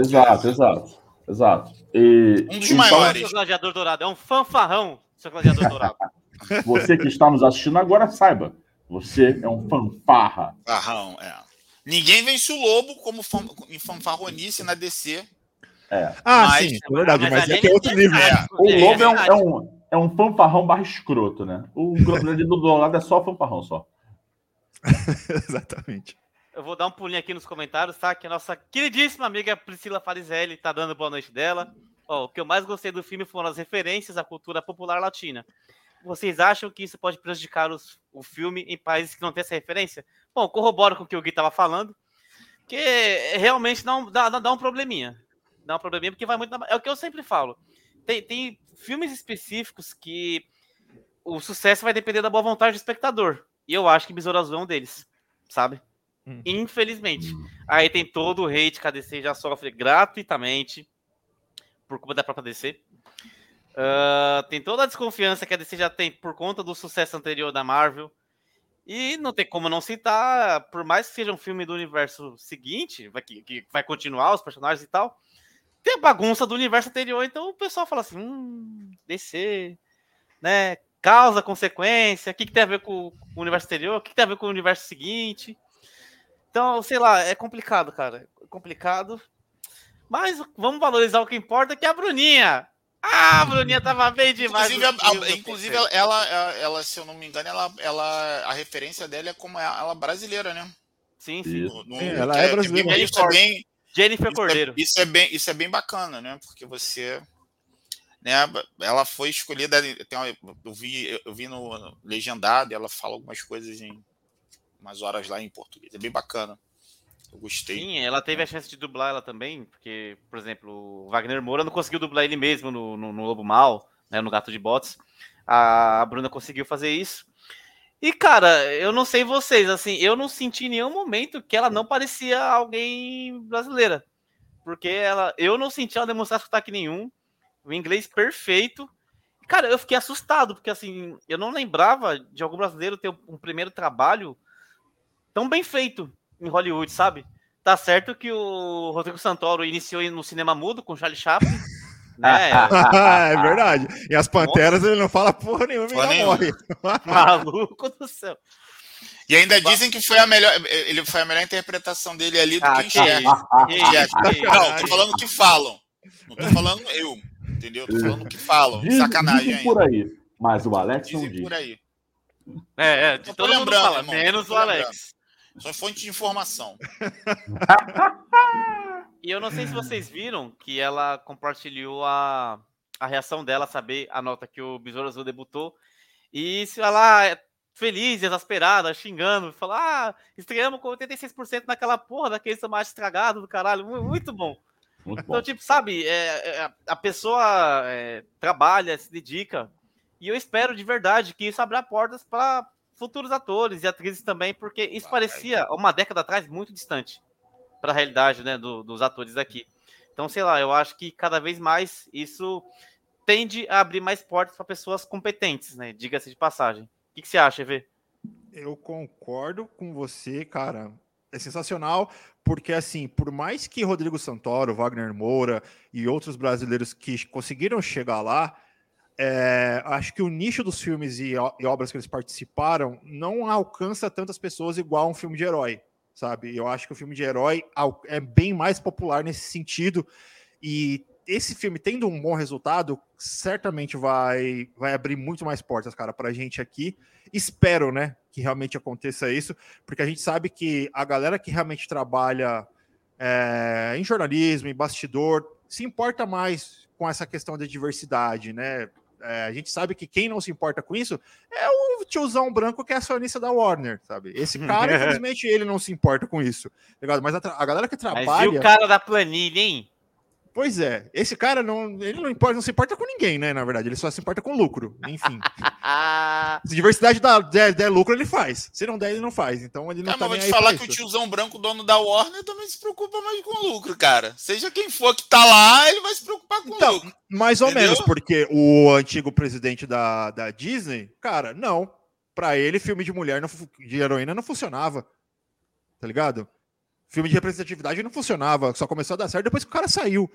Exato. Um dos maiores. O Gladiador Dourado é um fanfarrão, seu Gladiador Dourado. Você que está nos assistindo agora, saiba. Você é um fanfarra. Fanfarrão, Ninguém vence o Lobo como em fanfarronice na DC. Sim, é verdade, mas é que é outro nível. O Lobo é um fanfarrão barra escroto, né? O Gladiador Dourado é só fanfarrão, só. Exatamente. Eu vou dar um pulinho aqui nos comentários, tá? Que a nossa queridíssima amiga Priscila Farizelli tá dando boa noite dela. O que eu mais gostei do filme foram as referências à cultura popular latina. Vocês acham que isso pode prejudicar o filme em países que não têm essa referência? Bom, corroboro com o que o Gui tava falando, que realmente dá um probleminha. Dá um probleminha porque vai muito... É o que eu sempre falo. Tem filmes específicos que o sucesso vai depender da boa vontade do espectador. E eu acho que Besouro Azul é um deles, sabe? Infelizmente. Aí tem todo o hate que a DC já sofre gratuitamente por culpa da própria DC. Tem toda a desconfiança que a DC já tem por conta do sucesso anterior da Marvel. E não tem como não citar, por mais que seja um filme do universo seguinte, que vai continuar os personagens e tal, tem a bagunça do universo anterior, então o pessoal fala assim, DC, né, causa, consequência, o que tem a ver com o universo anterior, o que tem a ver com o universo seguinte. Então, sei lá, é complicado, cara, é complicado. Mas vamos valorizar o que importa, que é a Bruninha. Ah, a Bruninha tava bem demais. Inclusive ela, se eu não me engano, a referência dela é como ela brasileira, né? Sim, sim. Ela é brasileira. Jennifer Cordeiro. Isso é bem bacana, né? Porque você, né? Ela foi escolhida. Eu vi no legendado, ela fala algumas coisas em umas horas lá em português. É bem bacana. Eu gostei. Sim, ela teve a chance de dublar ela também, porque, por exemplo, o Wagner Moura não conseguiu dublar ele mesmo no Lobo Mal, né, no Gato de Botas. A Bruna conseguiu fazer isso. E, cara, eu não sei vocês, assim, eu não senti em nenhum momento que ela não parecia alguém brasileira. Porque eu não senti ela demonstrar sotaque nenhum, o inglês perfeito. Cara, eu fiquei assustado, porque, assim, eu não lembrava de algum brasileiro ter um primeiro trabalho tão bem feito em Hollywood, sabe? Tá certo que o Rodrigo Santoro iniciou no cinema mudo com Charlie Chaplin, né? É verdade. E as Panteras ele não fala porra nenhuma e não morre. Maluco do céu. E ainda dizem que foi a melhor interpretação dele ali do que enxerga. Não, tô falando o que falam. Não tô falando eu, entendeu? Tô falando o que falam. Sacanagem dizem por aí. Mas o Alex não diz. Por aí. De todo mundo fala, irmão, menos o Alex. Só fonte de informação. E eu não sei se vocês viram que ela compartilhou a reação dela, saber a nota que o Besouro Azul debutou. E se ela feliz, exasperada, xingando, falar, estreamos com 86% naquela porra daquele tomate estragado do caralho. Muito bom. Muito Então, bom. tipo, sabe, a pessoa trabalha, se dedica. E eu espero de verdade que isso abra portas para futuros atores e atrizes também, porque isso parecia, uma década atrás, muito distante para a realidade, né, dos atores daqui. Então, sei lá, eu acho que cada vez mais isso tende a abrir mais portas para pessoas competentes, né, diga-se de passagem. O que você acha, Evê? Eu concordo com você, cara. É sensacional, porque assim, por mais que Rodrigo Santoro, Wagner Moura e outros brasileiros que conseguiram chegar lá, acho que o nicho dos filmes e obras que eles participaram não alcança tantas pessoas igual um filme de herói, sabe? Eu acho que o filme de herói é bem mais popular nesse sentido, e esse filme, tendo um bom resultado, certamente vai abrir muito mais portas, cara, pra gente aqui. Espero, né, que realmente aconteça isso, porque a gente sabe que a galera que realmente trabalha em jornalismo, em bastidor, se importa mais com essa questão da diversidade, né? A gente sabe que quem não se importa com isso é o tiozão branco que é acionista da Warner, sabe? Esse cara, infelizmente, ele não se importa com isso, ligado? Mas a galera que trabalha... Mas e o cara da planilha, hein? Pois é, esse cara não se importa com ninguém, né? Na verdade, ele só se importa com lucro, enfim. Se diversidade der lucro, ele faz. Se não der, ele não faz. Então ele não tá nem aí. Mas vou te falar que o tiozão branco, dono da Warner, também se preocupa mais com lucro, cara. Seja quem for que tá lá, ele vai se preocupar com lucro. Mais ou menos, porque o antigo presidente da Disney, cara, não. Pra ele, filme de mulher, de heroína não funcionava. Tá ligado? Filme de representatividade não funcionava, só começou a dar certo depois que o cara saiu.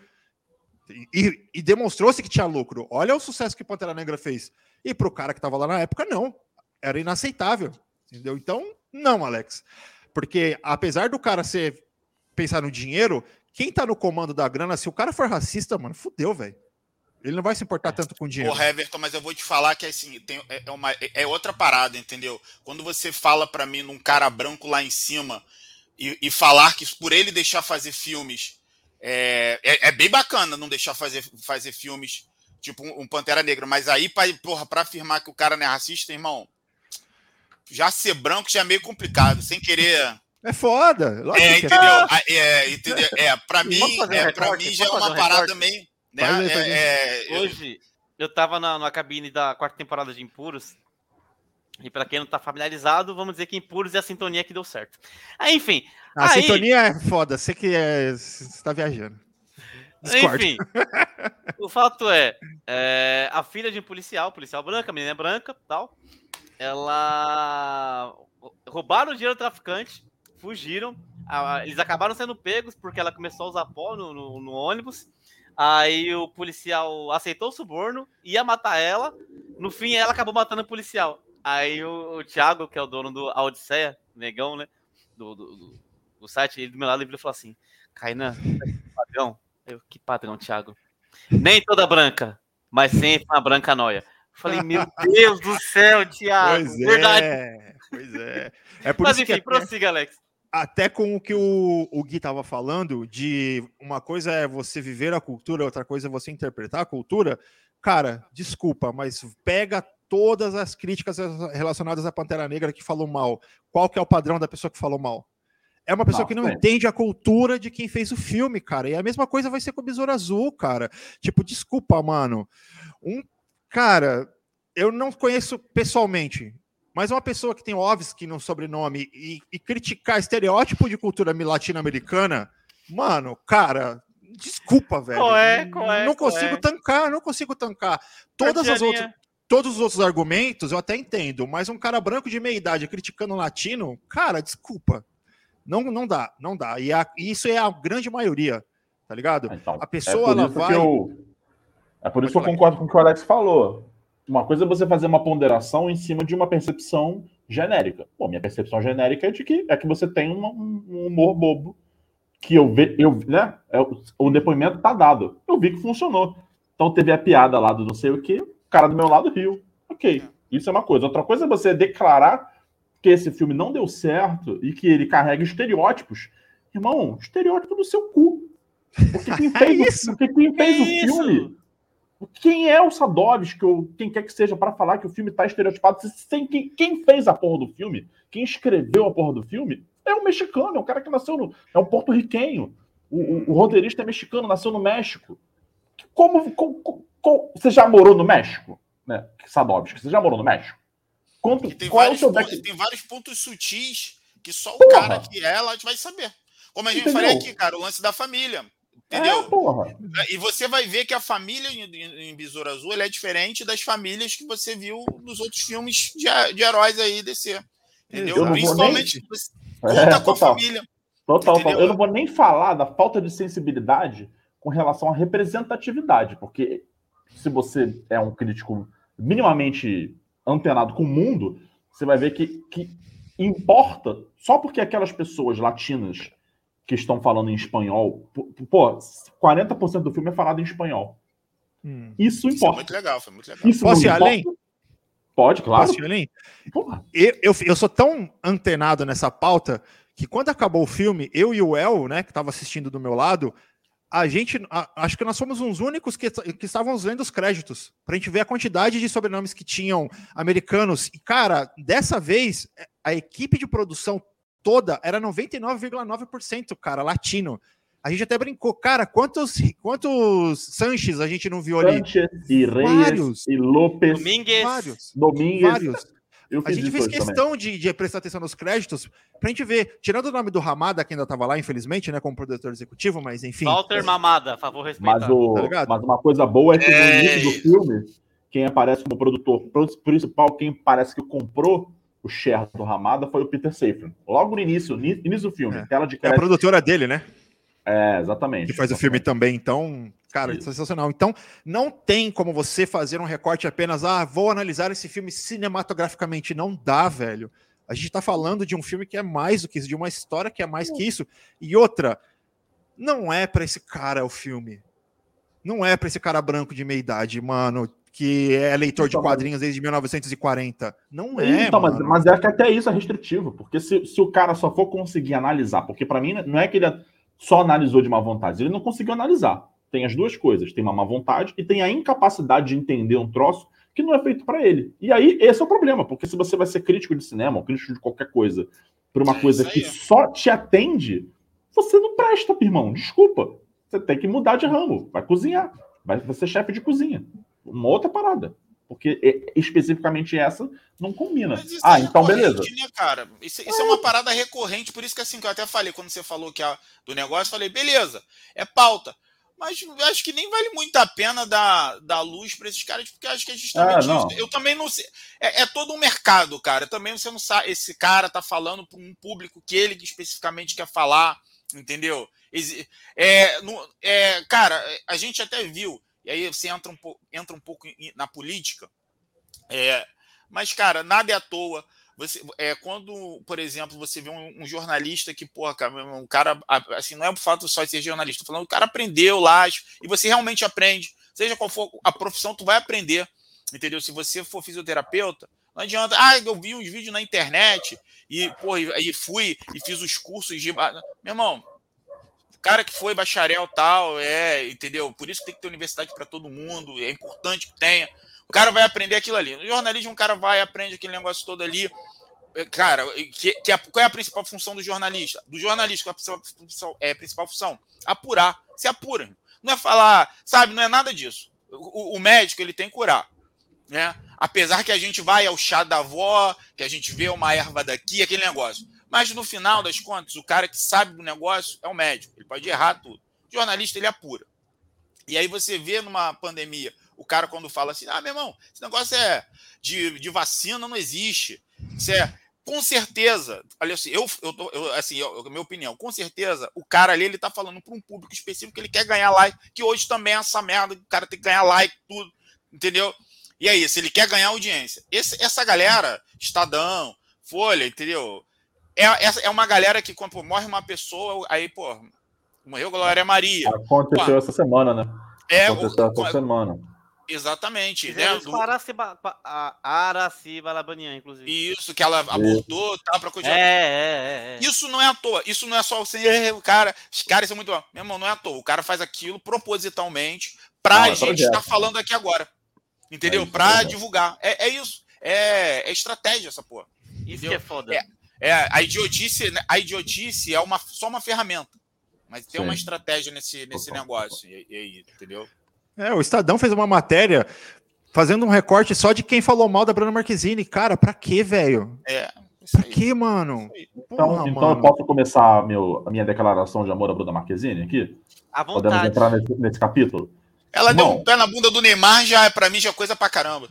E demonstrou-se que tinha lucro. Olha o sucesso que Pantera Negra fez. E pro cara que tava lá na época, não. Era inaceitável. Entendeu? Então, não, Alex. Porque apesar do cara pensar no dinheiro, quem tá no comando da grana, se o cara for racista, mano, fudeu, velho. Ele não vai se importar tanto com dinheiro. Ô, Everton, mas eu vou te falar que assim, é outra parada, entendeu? Quando você fala pra mim num cara branco lá em cima e falar que por ele deixar fazer filmes é bem bacana não deixar fazer filmes tipo um Pantera Negra, mas aí pra afirmar que o cara não é racista, irmão, já ser branco já é meio complicado, sem querer... É foda. Entendeu? Pra mim já é uma parada meio... Né? Hoje, eu tava na cabine da quarta temporada de Impuros. E pra quem não tá familiarizado, vamos dizer que Impuros é a sintonia que deu certo. Enfim. A sintonia é foda, você que você tá viajando. Discord. Enfim, o fato a filha de um policial branca, menina branca, tal, ela roubaram o dinheiro do traficante, fugiram. Eles acabaram sendo pegos porque ela começou a usar pó no ônibus. Aí o policial aceitou o suborno, ia matar ela. No fim, ela acabou matando o policial. Aí o Thiago, que é o dono do Odisseia, negão, né? Do site, ele do meu lado, ele falou assim: Kainan, padrão? Que padrão, Thiago? Nem toda branca, mas sempre uma branca noia. Falei, meu Deus do céu, Thiago. Pois verdade. Pois é. É por Mas isso enfim, que prossiga, Alex. até com o que o Gui estava falando, de uma coisa é você viver a cultura, outra coisa é você interpretar a cultura. Cara, desculpa, mas pega todas as críticas relacionadas à Pantera Negra que falou mal. Qual que é o padrão da pessoa que falou mal? É uma pessoa que não entende a cultura de quem fez o filme, cara. E a mesma coisa vai ser com o Besouro Azul, cara. Tipo, desculpa, mano. Cara, eu não conheço pessoalmente, mas uma pessoa que tem Ovski no sobrenome e criticar estereótipo de cultura latino-americana, mano, cara, desculpa, velho. Não consigo tancar. Todos os outros argumentos eu até entendo, mas um cara branco de meia idade criticando um latino, cara, desculpa. Não dá. E isso é a grande maioria, tá ligado? Então, a pessoa, ela vai... É por isso que eu concordo com o que o Alex falou. Uma coisa é você fazer uma ponderação em cima de uma percepção genérica. Bom, minha percepção genérica é de que você tem um humor bobo que né? O depoimento tá dado. Eu vi que funcionou. Então teve a piada lá do não sei o que, o cara do meu lado riu. Ok, isso é uma coisa. Outra coisa é você declarar que esse filme não deu certo e que ele carrega estereótipos. Irmão, estereótipo do seu cu. Porque quem fez o filme... Quem é o Sadovski, ou quem quer que seja, para falar que o filme tá estereotipado? Quem fez a porra do filme, quem escreveu a porra do filme, é um mexicano, é um cara que nasceu é um porto-riquenho. O roteirista é mexicano, nasceu no México. Você já morou no México? Né? Sadovski, você já morou no México? Tem vários pontos sutis que só o cara que é lá vai saber. Como a gente falou aqui, cara, o lance da família. Entendeu? E você vai ver que a família em Besouro Azul é diferente das famílias que você viu nos outros filmes de heróis aí DC. Entendeu? Principalmente conta com a família. Total. Eu não vou nem falar da falta de sensibilidade com relação à representatividade, porque se você é um crítico minimamente antenado com o mundo, você vai ver que importa, só porque aquelas pessoas latinas que estão falando em espanhol, 40% do filme é falado em espanhol. Isso importa. Foi muito legal. Posso ir além? Pode, claro. Posso ir além? Eu sou tão antenado nessa pauta que quando acabou o filme, eu e o El, né, que estava assistindo do meu lado, acho que nós fomos uns únicos que estávamos lendo os créditos, pra gente ver a quantidade de sobrenomes que tinham americanos. E, cara, dessa vez, a equipe de produção toda era 99,9%, cara, latino. A gente até brincou, cara, quantos Sanches a gente não viu ali? Sanches e Reyes e Lopes. Vários. A gente fez questão de prestar atenção nos créditos pra gente ver, tirando o nome do Hamada, que ainda estava lá, infelizmente, né, como produtor executivo, mas enfim. Walter Mamada, favor, respeitar. Mas uma coisa boa é que no início do filme, quem aparece como produtor principal, quem parece que comprou o share do Hamada foi o Peter Safran. Logo no início do filme. Tela de crédito. É a produtora dele, né? Exatamente. Que faz o filme também, então, cara, sensacional. Então, não tem como você fazer um recorte apenas, vou analisar esse filme cinematograficamente. Não dá, velho. A gente tá falando de um filme que é mais do que isso, de uma história que é mais que isso. E outra, não é pra esse cara o filme. Não é pra esse cara branco de meia idade, mano, que é leitor de quadrinhos desde 1940. Não é, então, mas é que até isso é restritivo, porque se o cara só for conseguir analisar, porque pra mim não é que ele só analisou de má vontade, ele não conseguiu analisar. Tem as duas coisas, tem uma má vontade e tem a incapacidade de entender um troço que não é feito pra ele. E aí, esse é o problema, porque se você vai ser crítico de cinema, ou crítico de qualquer coisa, por uma coisa que só te atende, você não presta, irmão, desculpa. Você tem que mudar de ramo, vai cozinhar, vai ser chefe de cozinha. Uma outra parada. Porque especificamente essa não combina. Então beleza. Né, cara? Isso é uma parada recorrente, por isso que assim que eu até falei, quando você falou do negócio, eu falei, beleza, é pauta. Mas acho que nem vale muito a pena dar luz para esses caras, porque acho que é justamente isso. Eu também não sei. É todo um mercado, cara. Também você não sabe. Esse cara tá falando para um público que ele especificamente quer falar, entendeu? Cara, a gente até viu, e aí você entra um pouco na política, mas, cara, nada é à toa. Quando, por exemplo, você vê um jornalista que, porra, cara, um cara, assim, não é o fato só de ser jornalista, tô falando, o cara aprendeu lá, e você realmente aprende, seja qual for a profissão, tu vai aprender, entendeu? Se você for fisioterapeuta, não adianta, eu vi uns vídeos na internet, e, porra, aí fui e fiz os cursos de... Meu irmão, cara que foi bacharel tal, entendeu? Por isso que tem que ter universidade para todo mundo, é importante que tenha. O cara vai aprender aquilo ali. No jornalismo, o cara vai e aprende aquele negócio todo ali. Cara, qual é a principal função do jornalista? Do jornalista, qual é a principal função? Apurar. Se apura. Não é falar, sabe? Não é nada disso. O médico, ele tem que curar, né? Apesar que a gente vai ao chá da avó, que a gente vê uma erva daqui, aquele negócio. Mas, no final das contas, o cara que sabe do negócio é o médico. Ele pode errar tudo. O jornalista, ele apura. E aí você vê numa pandemia, o cara quando fala assim, meu irmão, esse negócio de vacina não existe. Isso com certeza, olha assim, minha opinião, com certeza, o cara ali, ele tá falando para um público específico que ele quer ganhar like, que hoje também é essa merda, o cara tem que ganhar like, tudo, entendeu? E é isso, ele quer ganhar audiência. Essa galera, Estadão, Folha, entendeu? É uma galera que, quando morre uma pessoa, aí, pô, morreu Glória Maria. Aconteceu essa semana, né? Aconteceu essa semana. Exatamente. Né? Araciba Labanian, inclusive. Isso, que ela abortou, tá, pra continuar. Isso não é à toa. Isso não é só assim, os caras são muito bons. Meu irmão, não é à toa. O cara faz aquilo propositalmente pra gente estar falando aqui agora. Entendeu? Pra divulgar. É isso. É estratégia essa porra. Isso que é foda. A idiotice é só uma ferramenta. Mas tem uma estratégia nesse negócio. E aí, entendeu? O Estadão fez uma matéria fazendo um recorte só de quem falou mal da Bruna Marquezine. Cara, pra quê, velho? Pra quê, mano? Então eu posso começar a minha declaração de amor à Bruna Marquezine aqui? À vontade. Podemos entrar nesse capítulo? Ela deu um pé na bunda do Neymar, pra mim já é coisa pra caramba.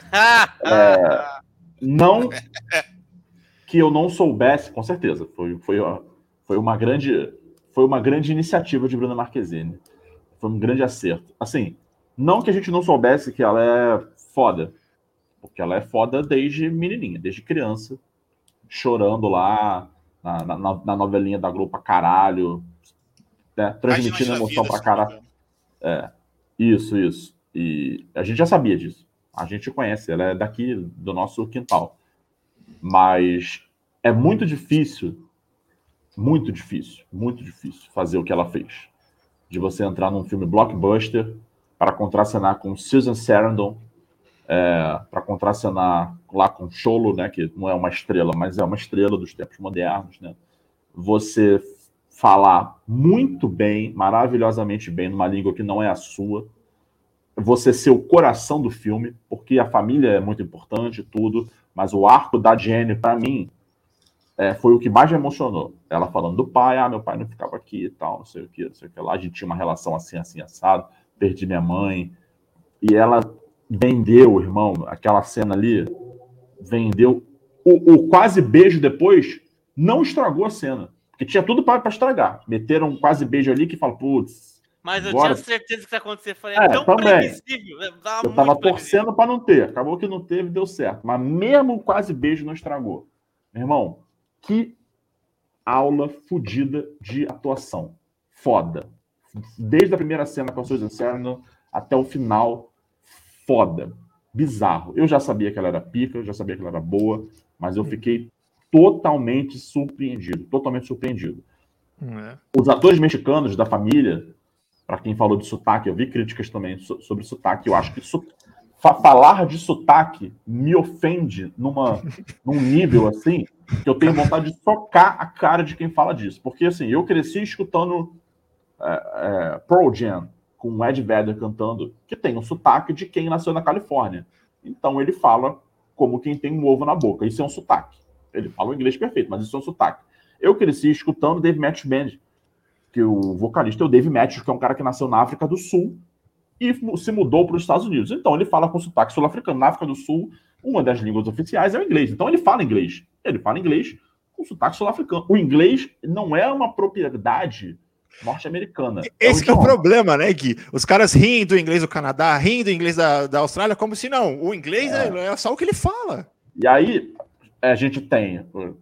Não que eu não soubesse, com certeza. Foi uma grande iniciativa de Bruna Marquezine. Foi um grande acerto. Assim, não que a gente não soubesse que ela é foda. Porque ela é foda desde menininha, desde criança. Chorando lá na novelinha da Globo pra caralho. Né, transmitindo emoção pra caralho. Isso. E a gente já sabia disso. A gente conhece, ela é daqui do nosso quintal. Mas é muito difícil fazer o que ela fez. De você entrar num filme blockbuster para contracenar com Susan Sarandon, para contracenar lá com Cholo, né, que não é uma estrela, mas é uma estrela dos tempos modernos, né? Você falar muito bem, maravilhosamente bem, numa língua que não é a sua, você ser o coração do filme, porque a família é muito importante, tudo, mas o arco da Jenny, para mim, foi o que mais me emocionou. Ela falando do pai, meu pai não ficava aqui e tal, não sei o que lá, a gente tinha uma relação assim, assado, perdi minha mãe, e ela vendeu, irmão, aquela cena ali, vendeu, o quase beijo depois, não estragou a cena, porque tinha tudo para estragar, meteram um quase beijo ali que fala, putz, mas eu agora... tinha certeza que isso ia acontecer, é tão também. previsível, eu tava torcendo para não ter, acabou que não teve, deu certo, mas mesmo o quase beijo não estragou. Meu irmão, que aula fodida de atuação. Foda. Desde a primeira cena com a Susan Sarandon até o final, foda. Bizarro. Eu já sabia que ela era pica, eu já sabia que ela era boa, mas eu fiquei totalmente surpreendido. Os atores mexicanos da família, para quem falou de sotaque, eu vi críticas também sobre sotaque, eu acho que falar de sotaque me ofende num nível assim, que eu tenho vontade de socar a cara de quem fala disso. Porque, assim, eu cresci escutando Pearl Jam, com o Ed Vedder cantando, que tem um sotaque de quem nasceu na Califórnia. Então, ele fala como quem tem um ovo na boca. Isso é um sotaque. Ele fala o inglês perfeito, mas isso é um sotaque. Eu cresci escutando Dave Matthews Band, que o vocalista é o Dave Matthews, que é um cara que nasceu na África do Sul e se mudou para os Estados Unidos. Então ele fala com sotaque sul-africano. Na África do Sul, uma das línguas oficiais é o inglês. Então ele fala inglês. Ele fala inglês com sotaque sul-africano. O inglês não é uma propriedade norte-americana. Esse é o problema, né, Gui? Os caras riem do inglês do Canadá, riem do inglês da Austrália, como se não. O inglês é só o que ele fala. E aí a gente tem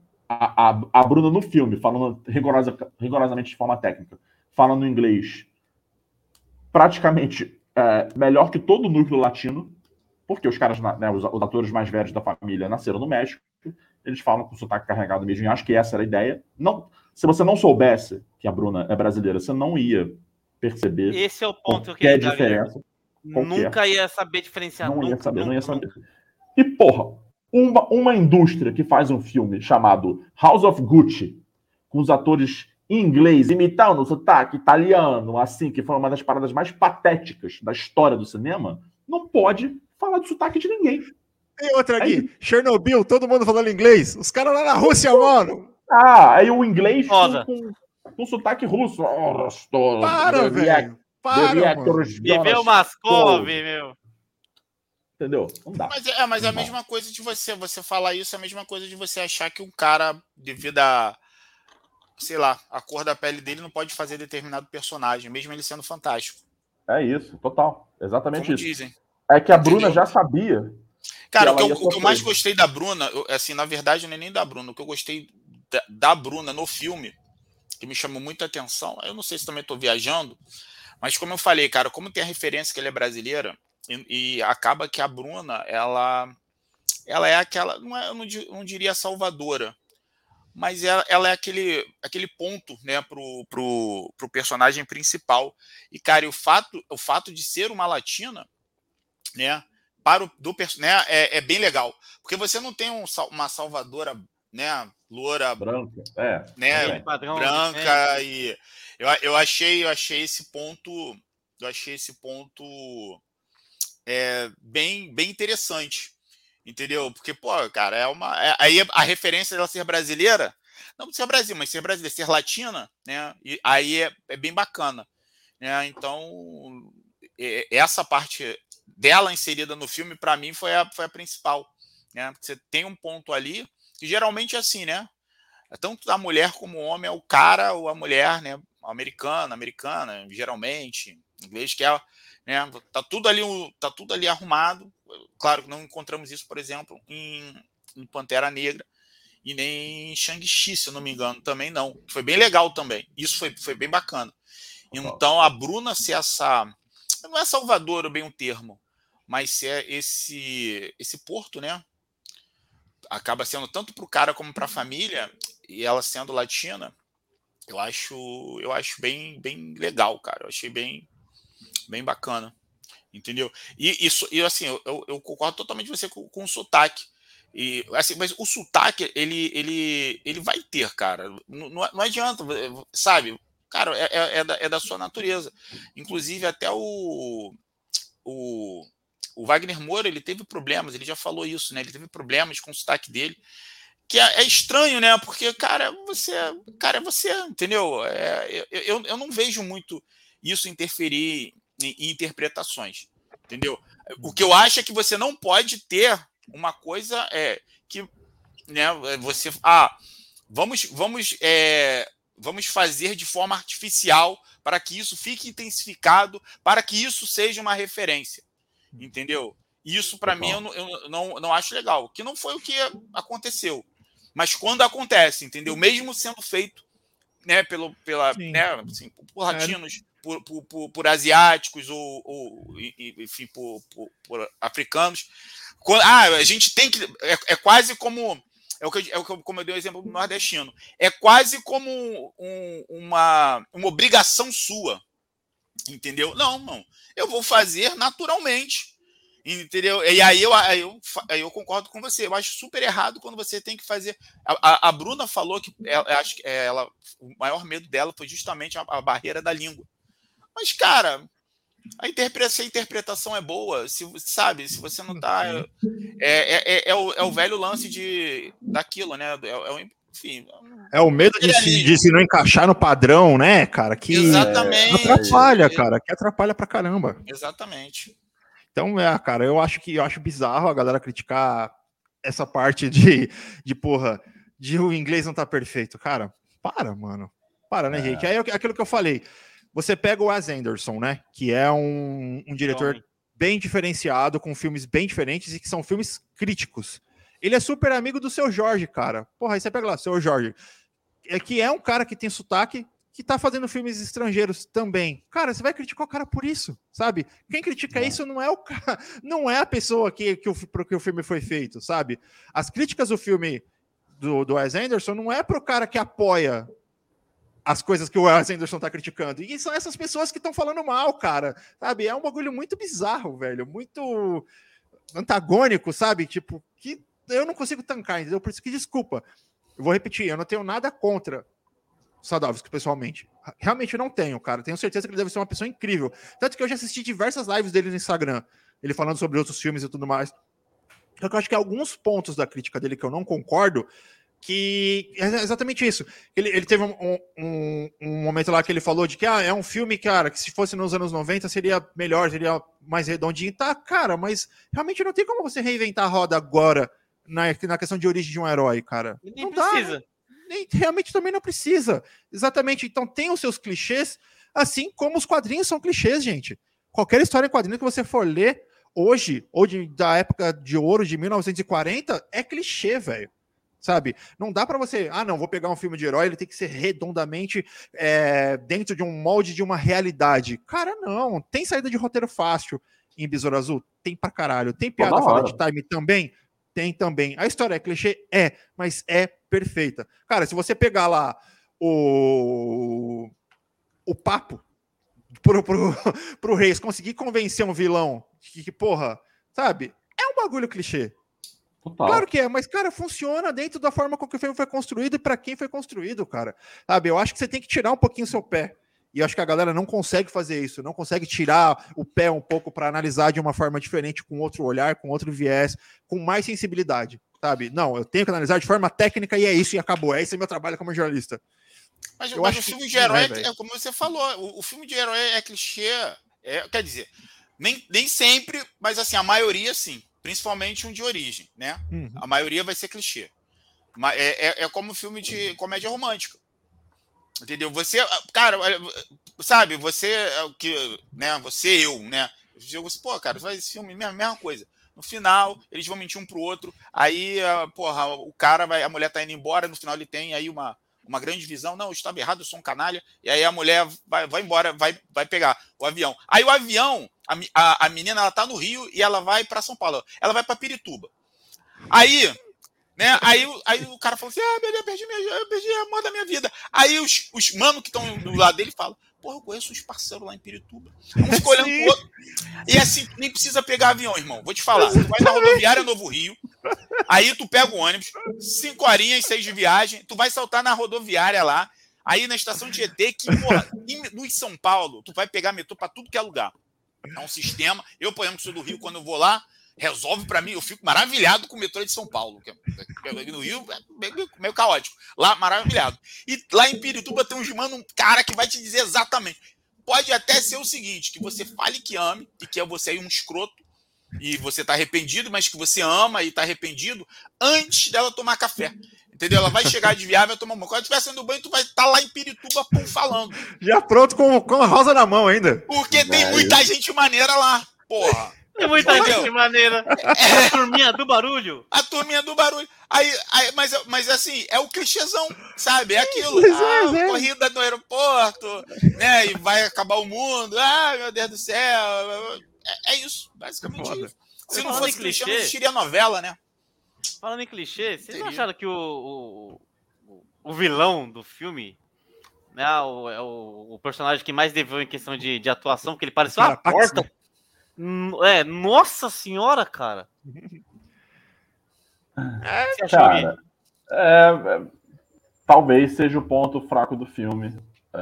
a Bruna no filme, falando rigorosamente de forma técnica, falando inglês praticamente melhor que todo o núcleo latino, porque os caras, né, os atores mais velhos da família nasceram no México, eles falam com sotaque carregado mesmo, e acho que essa era a ideia. Não, se você não soubesse que a Bruna é brasileira, você não ia perceber. Esse é o ponto que é diferença. Nunca ia saber diferenciar. Não ia saber. E, porra, uma indústria que faz um filme chamado House of Gucci, com os atores em inglês, imitando o sotaque italiano, assim, que foi uma das paradas mais patéticas da história do cinema, não pode falar do sotaque de ninguém. E outra aqui, Chernobyl, todo mundo falando inglês. Os caras lá na Rússia, mano. Aí o inglês com sotaque russo. Para, velho. Para, mano. Viveu Mascov, meu. Entendeu? Não dá. Mas é a mesma coisa de você falar isso, é a mesma coisa de você achar que um cara, devido a, sei lá, a cor da pele dele, não pode fazer determinado personagem, mesmo ele sendo fantástico. É isso, total. Exatamente como isso. Dizem. É que a Bruna já sabia. Cara, o que eu mais gostei da Bruna, assim, na verdade, não é nem da Bruna, o que eu gostei da Bruna no filme, que me chamou muita atenção, eu não sei se também estou viajando, mas como eu falei, cara, como tem a referência que ela é brasileira, e acaba que a Bruna, ela é aquela, eu não diria salvadora, mas ela é aquele ponto, né, pro personagem principal. E, cara, o fato de ser uma latina, né, né, é bem legal, porque você não tem uma salvadora, né, loura, branca, né, branca, e eu achei esse ponto, bem interessante, entendeu? Porque, pô, cara, aí a referência dela ser brasileira, não ser Brasil, mas ser brasileira, ser latina, né? E aí é bem bacana, né? Então, essa parte dela inserida no filme, para mim, foi a principal, né? Porque você tem um ponto ali, que geralmente é assim, né? Tanto a mulher como o homem é o cara ou a mulher, né? Americana, geralmente, inglês, que é, né? Tá tudo ali arrumado. Claro que não encontramos isso, por exemplo, em Pantera Negra e nem em Shang-Chi, se eu não me engano, também não. Foi bem legal também. Isso foi bem bacana. Então, a Bruna ser essa... Não é salvadora bem o termo, mas ser esse porto, né? Acaba sendo tanto para o cara como para a família, e ela sendo latina, eu acho bem legal, cara. Eu achei bem bacana, entendeu? E assim, eu concordo totalmente com você com o sotaque. E assim, mas o sotaque ele vai ter, cara. Não adianta, sabe? Cara, é da sua natureza. Inclusive até o Wagner Moura, ele teve problemas, ele já falou isso, né? Ele teve problemas com o sotaque dele, que é estranho, né? Porque, cara, é você, entendeu? Eu não vejo muito isso interferir em interpretações, entendeu? O que eu acho é que você não pode ter uma coisa que, né? Você, vamos fazer de forma artificial para que isso fique intensificado, para que isso seja uma referência, entendeu? Isso, para mim, eu não acho legal, que não foi o que aconteceu. Mas quando acontece, entendeu? Mesmo sendo feito, né, né, assim, por latinos, por asiáticos, ou enfim, por africanos. A gente tem que... É quase como... como eu dei o exemplo do nordestino. É quase como uma obrigação sua, entendeu? Não. Eu vou fazer naturalmente, entendeu? E aí eu concordo com você. Eu acho super errado quando você tem que fazer... A Bruna falou que o maior medo dela foi justamente a barreira da língua. Mas, cara, a interpretação é boa, se você não tá... É o velho lance daquilo, né? enfim. É o medo de se não encaixar no padrão, né, cara? Que Exatamente. atrapalha, cara. Que atrapalha pra caramba. Exatamente. Então, cara, eu acho bizarro a galera criticar essa parte porra, de o inglês não tá perfeito. Cara, mano. Né, gente? Aí aquilo que eu falei. Você pega o Wes Anderson, né? Que é um diretor bem diferenciado, com filmes bem diferentes e que são filmes críticos. Ele é super amigo do Seu Jorge, cara. Porra, aí você pega lá, Seu Jorge. Que é um cara que tem sotaque, que tá fazendo filmes estrangeiros também. Cara, você vai criticar o cara por isso, sabe? Quem critica isso não é o cara, não é a pessoa pro que o filme foi feito, sabe? As críticas do filme do Wes Anderson não é pro cara que apoia as coisas que o Wes Anderson tá criticando. E são essas pessoas que estão falando mal, cara. Sabe? É um bagulho muito bizarro, velho. Muito antagônico, sabe? Tipo, que eu não consigo tancar, entendeu? Por isso que, desculpa. Eu vou repetir, eu não tenho nada contra o Sadovski, pessoalmente. Realmente não tenho, cara. Tenho certeza que ele deve ser uma pessoa incrível. Tanto que eu já assisti diversas lives dele no Instagram. Ele falando sobre outros filmes e tudo mais. Só que eu acho que alguns pontos da crítica dele que eu não concordo, que é exatamente isso. Ele teve um momento lá que ele falou de que é um filme, cara, que se fosse nos anos 90 seria melhor, seria mais redondinho. Tá, cara, mas realmente não tem como você reinventar a roda agora na questão de origem de um herói, cara. Nem não precisa. Realmente também não precisa. Exatamente. Então tem os seus clichês, assim como os quadrinhos são clichês, gente. Qualquer história em quadrinho que você for ler hoje, ou da época de ouro de 1940, é clichê, velho. Sabe? Não dá pra você... não, vou pegar um filme de herói, ele tem que ser redondamente dentro de um molde de uma realidade. Cara, não. Tem saída de roteiro fácil em Besouro Azul? Tem pra caralho. Tem piada fora de time também? Tem também. A história é clichê? Mas é perfeita. Cara, se você pegar lá o papo pro Reis conseguir convencer um vilão que, porra, sabe? É um bagulho clichê. Total. Claro que é, mas, cara, funciona dentro da forma com que o filme foi construído e pra quem foi construído, cara. Sabe? Eu acho que você tem que tirar um pouquinho o seu pé. E eu acho que a galera não consegue fazer isso, não consegue tirar o pé um pouco para analisar de uma forma diferente, com outro olhar, com outro viés, com mais sensibilidade, sabe? Não, eu tenho que analisar de forma técnica e é isso e acabou. Esse é meu trabalho como jornalista. Mas o filme de herói, como você falou, o filme de herói é clichê, quer dizer, nem sempre, mas assim, a maioria sim, principalmente um de origem, né? Uhum. A maioria vai ser clichê. É como filme de comédia romântica. Entendeu? Você, cara, sabe, você, né? Você, eu, né? Você, pô, cara, faz esse filme, mesma coisa. No final, eles vão mentir um pro outro. Aí, porra, o cara a mulher tá indo embora. No final, ele tem aí uma grande visão. Não, eu estava errado, eu sou um canalha. E aí a mulher vai embora, vai pegar o avião. Aí o avião, a menina, ela tá no Rio e ela vai para São Paulo. Ela vai para Pirituba. Aí, né? Aí o cara fala assim: meu Deus, eu perdi a amor da minha vida. Aí os manos que estão do lado dele falam: porra, eu conheço uns parceiros lá em Pirituba. Um fica olhando pro outro. E assim, nem precisa pegar avião, irmão. Vou te falar. Tu vai na rodoviária Novo Rio, aí tu pega o ônibus, 5 horinhas, 6 de viagem, tu vai saltar na rodoviária lá, aí na estação Tietê, que, porra, no São Paulo, tu vai pegar metrô pra tudo que é lugar. É um sistema. Eu, por exemplo, sou do Rio, quando eu vou lá, resolve pra mim, eu fico maravilhado com o metrô de São Paulo. No Rio é meio caótico. Lá, maravilhado. E lá em Pirituba tem um cara que vai te dizer exatamente. Pode até ser o seguinte, que você fale que ame, e que você é um escroto, e você tá arrependido, mas que você ama e tá arrependido, antes dela tomar café. Entendeu? Ela vai chegar de viagem, vai tomar um banho. Quando estiver saindo do banho, tu vai estar lá em Pirituba falando. Já pronto com a rosa na mão ainda. Porque tem muita gente maneira lá, porra. Tem muita gente maneira. A turminha do barulho. A turminha do barulho. Mas assim, é o clichêzão, sabe? É aquilo. Corrida no aeroporto, né? E vai acabar o mundo. Meu Deus do céu. É isso, basicamente isso. Se não fosse clichê, não existiria novela, né? Falando em clichê, vocês não acharam que o vilão do filme, né, o personagem que mais deveu em questão de atuação, porque ele pareceu uma porta. Nossa senhora, cara. Cara, talvez seja o ponto fraco do filme.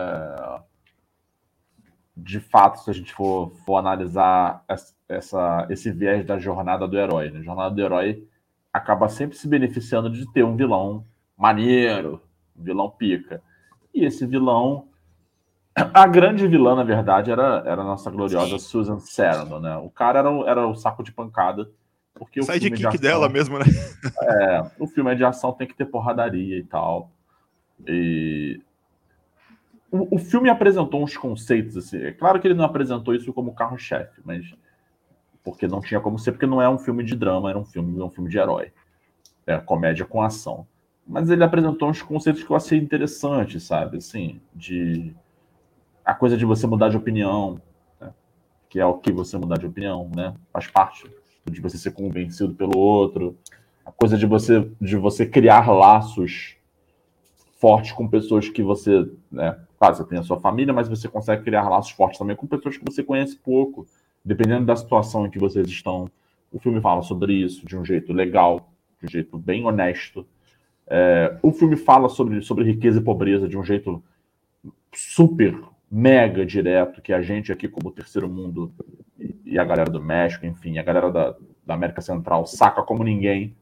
De fato, se a gente for analisar esse viés da jornada do herói, né? A jornada do herói acaba sempre se beneficiando de ter um vilão maneiro, vilão pica. E esse vilão, a grande vilã, na verdade, era a nossa gloriosa Susan Sarandon, né? O cara era o saco de pancada, porque o filme de ação dela mesmo, né? o filme de ação tem que ter porradaria e tal. E o filme apresentou uns conceitos, assim. É claro que ele não apresentou isso como carro-chefe, mas porque não tinha como ser, porque não é um filme de drama, era um filme de herói. É comédia com ação. Mas ele apresentou uns conceitos que eu achei interessantes, sabe? Assim, a coisa de você mudar de opinião, né? Que é o que você mudar de opinião, né? Faz parte de você ser convencido pelo outro. A coisa de você criar laços fortes com pessoas que você, né? Claro, você tem a sua família, mas você consegue criar laços fortes também com pessoas que você conhece pouco, dependendo da situação em que vocês estão. O filme fala sobre isso de um jeito legal, de um jeito bem honesto. O filme fala sobre riqueza e pobreza de um jeito super, mega direto, que a gente aqui como terceiro mundo e a galera do México, enfim, a galera da América Central saca como ninguém.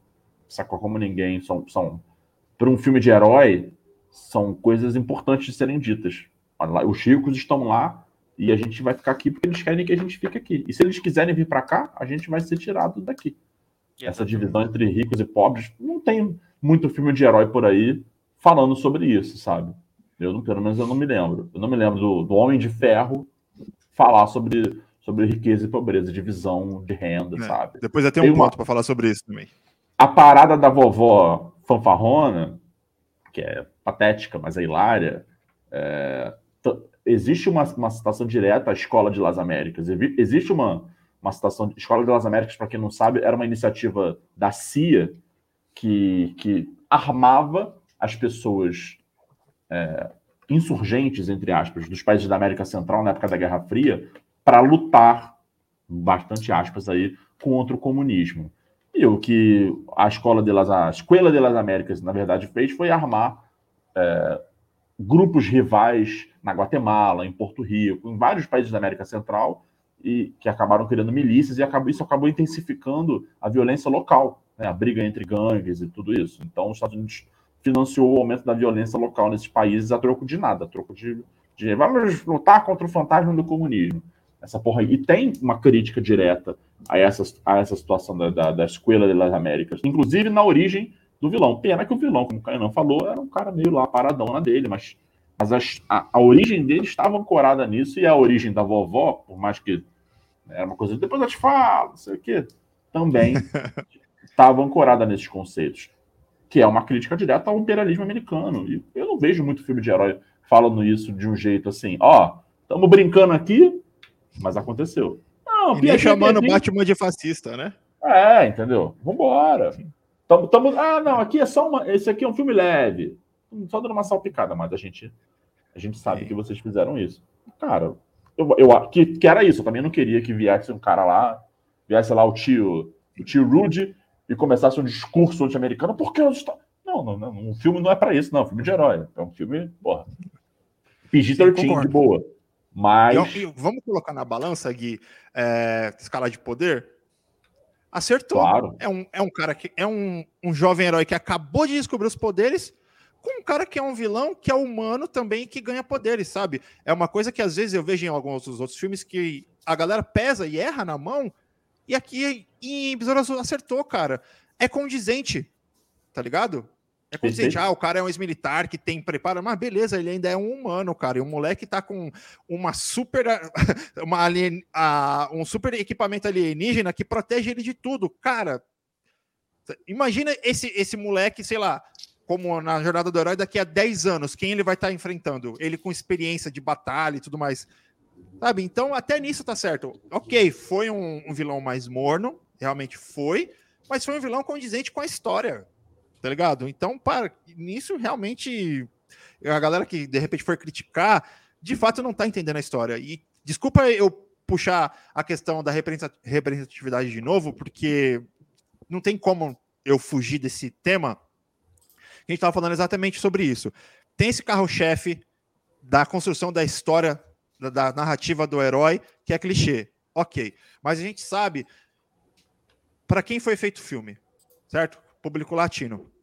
Para um filme de herói, são coisas importantes de serem ditas. Os ricos estão lá e a gente vai ficar aqui porque eles querem que a gente fique aqui. E se eles quiserem vir para cá, a gente vai ser tirado daqui. Essa divisão entre ricos e pobres, não tem muito filme de herói por aí falando sobre isso, sabe? Pelo menos eu não me lembro. Eu não me lembro do Homem de Ferro falar sobre riqueza e pobreza, divisão de renda, sabe? Depois eu tenho um ponto para falar sobre isso também. A parada da vovó fanfarrona, que é patética, mas é hilária, existe uma citação direta à Escola de Las Américas. Existe uma citação. Escola de Las Américas, para quem não sabe, era uma iniciativa da CIA que armava as pessoas insurgentes, entre aspas, dos países da América Central na época da Guerra Fria para lutar, bastante aspas aí, contra o comunismo. E o que a Escola de Las Américas, na verdade, fez foi armar grupos rivais na Guatemala, em Porto Rico, em vários países da América Central, e que acabaram criando milícias, e isso acabou intensificando a violência local, né? A briga entre gangues e tudo isso. Então, os Estados Unidos financiou o aumento da violência local nesses países a troco de nada, a troco de vamos lutar contra o fantasma do comunismo. Essa porra aí. E tem uma crítica direta a essa situação da Escola de Las Américas, inclusive na origem do vilão. Pena que o vilão, como o Caio falou, era um cara meio lá paradão na dele, mas a origem dele estava ancorada nisso, e a origem da vovó, por mais que era uma coisa, depois eu te falo, não sei o quê, também estava ancorada nesses conceitos, que é uma crítica direta ao imperialismo americano. E eu não vejo muito filme de herói falando isso de um jeito assim, estamos brincando aqui, mas aconteceu. Não, e nem chamando o Batman de fascista, né? Entendeu? Vambora. Não, aqui é só esse aqui é um filme leve. Só dando uma salpicada, mas a gente sabe que vocês fizeram isso. Cara, que era isso. Eu também não queria que viesse um cara lá, viesse lá o tio Rudy e começasse um discurso anti-americano. Por que os Estados... Não. Um filme não é pra isso, não. É um filme de herói. É um filme, porra. PG-13, de boa. Mas... vamos colocar na balança, Gui, escala de poder? Acertou. Claro. É um cara que é um jovem herói que acabou de descobrir os poderes, com um cara que é um vilão, que é humano também, que ganha poderes, sabe? É uma coisa que às vezes eu vejo em alguns dos outros filmes que a galera pesa e erra na mão, e aqui em Besouro Azul acertou, cara. É condizente, tá ligado? É condizente. O cara é um ex-militar que tem preparo, mas beleza, ele ainda é um humano, cara. E o moleque tá com um super equipamento alienígena que protege ele de tudo. Cara, imagina esse moleque, sei lá, como na Jornada do Herói, daqui a 10 anos, quem ele vai estar enfrentando? Ele com experiência de batalha e tudo mais. Sabe? Então, até nisso tá certo. Ok, foi um vilão mais morno, realmente foi, mas foi um vilão condizente com a história. Tá ligado? Então, nisso realmente a galera que de repente for criticar, de fato não tá entendendo a história. E desculpa eu puxar a questão da representatividade de novo, porque não tem como eu fugir desse tema. A gente tava falando exatamente sobre isso. Tem esse carro-chefe da construção da história, da narrativa do herói, que é clichê. Ok. Mas a gente sabe para quem foi feito o filme, certo? Público latino.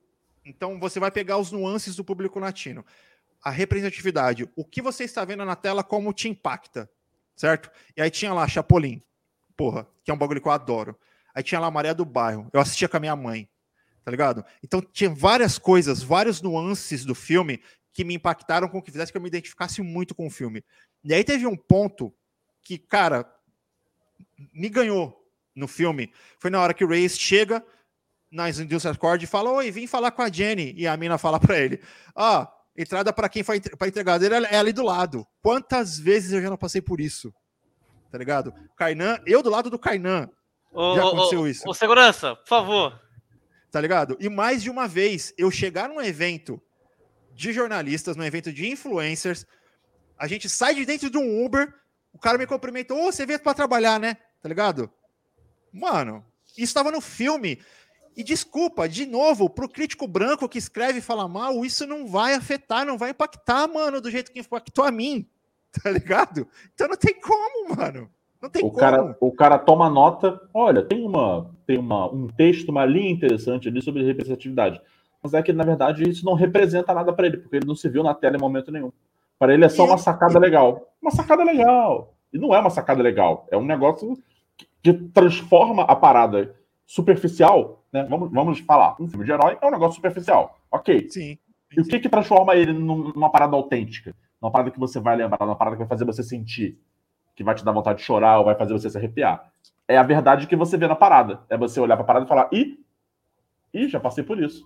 Então você vai pegar os nuances do público latino. A representatividade. O que você está vendo na tela, como te impacta, certo? E aí tinha lá Chapolin, porra, que é um bagulho que eu adoro. Aí tinha lá Maria do Bairro, eu assistia com a minha mãe, tá ligado? Então tinha várias coisas, vários nuances do filme que me impactaram com que fizesse que eu me identificasse muito com o filme. E aí teve um ponto que, cara, me ganhou no filme. Foi na hora que o Reyes chega nas Industrial Accord e fala: oi, vim falar com a Jenny. E a mina fala pra ele: entrada para quem foi para entregadeira é ali do lado. Quantas vezes eu já não passei por isso? Tá ligado? Kainan, eu do lado do Kainan. Já aconteceu isso. Ô, segurança, por favor. Tá ligado? E mais de uma vez, eu chegar num evento de jornalistas, num evento de influencers, a gente sai de dentro de um Uber, o cara me cumprimenta: você veio pra trabalhar, né? Tá ligado? Mano, isso estava no filme. E desculpa, de novo, pro crítico branco que escreve e fala mal, isso não vai afetar, não vai impactar, mano, do jeito que impactou a mim, tá ligado? Então não tem como, mano. Não tem como. O cara toma nota, olha, tem um texto, uma linha interessante ali sobre representatividade. Mas é que, na verdade, isso não representa nada para ele, porque ele não se viu na tela em momento nenhum. Para ele é só uma sacada legal. Uma sacada legal. E não é uma sacada legal. É um negócio que transforma a parada superficial, né? Vamos falar, um filme de herói é um negócio superficial, ok? Sim. E o que transforma ele numa parada autêntica? Numa parada que você vai lembrar, numa parada que vai fazer você sentir, que vai te dar vontade de chorar ou vai fazer você se arrepiar. É a verdade que você vê na parada. É você olhar pra parada e falar: já passei por isso.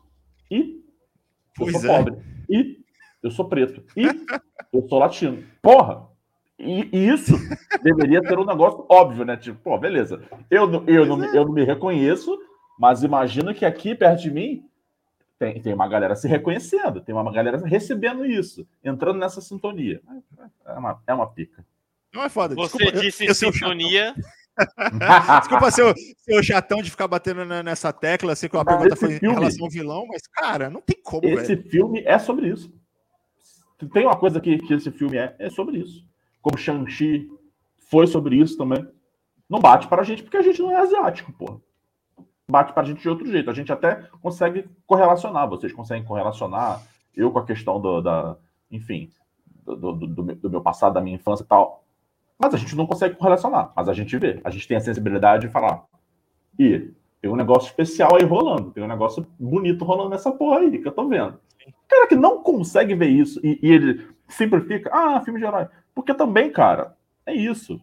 Eu sou pobre. Eu sou preto. Eu sou latino. Porra! E isso deveria ser um negócio óbvio, né? Tipo, pô, beleza. Eu não me reconheço, mas imagino que aqui perto de mim tem uma galera se reconhecendo, tem uma galera recebendo isso, entrando nessa sintonia. É uma pica. Não é foda. Você Desculpa, disse sintonia. Desculpa ser o chatão de ficar batendo nessa tecla, assim, que a pergunta foi em relação ao vilão, mas, cara, não tem como, esse filme é sobre isso. Tem uma coisa que esse filme é sobre isso. Como Shang-Chi foi sobre isso também. Não bate para a gente porque a gente não é asiático, porra. Bate para a gente de outro jeito. A gente até consegue correlacionar. Vocês conseguem correlacionar. Eu com a questão enfim, do meu passado, da minha infância e tal. Mas a gente não consegue correlacionar. Mas a gente vê. A gente tem a sensibilidade de falar: tem um negócio especial aí rolando. Tem um negócio bonito rolando nessa porra aí que eu tô vendo. O cara que não consegue ver isso e ele simplifica: filme de herói. Porque também, cara, é isso.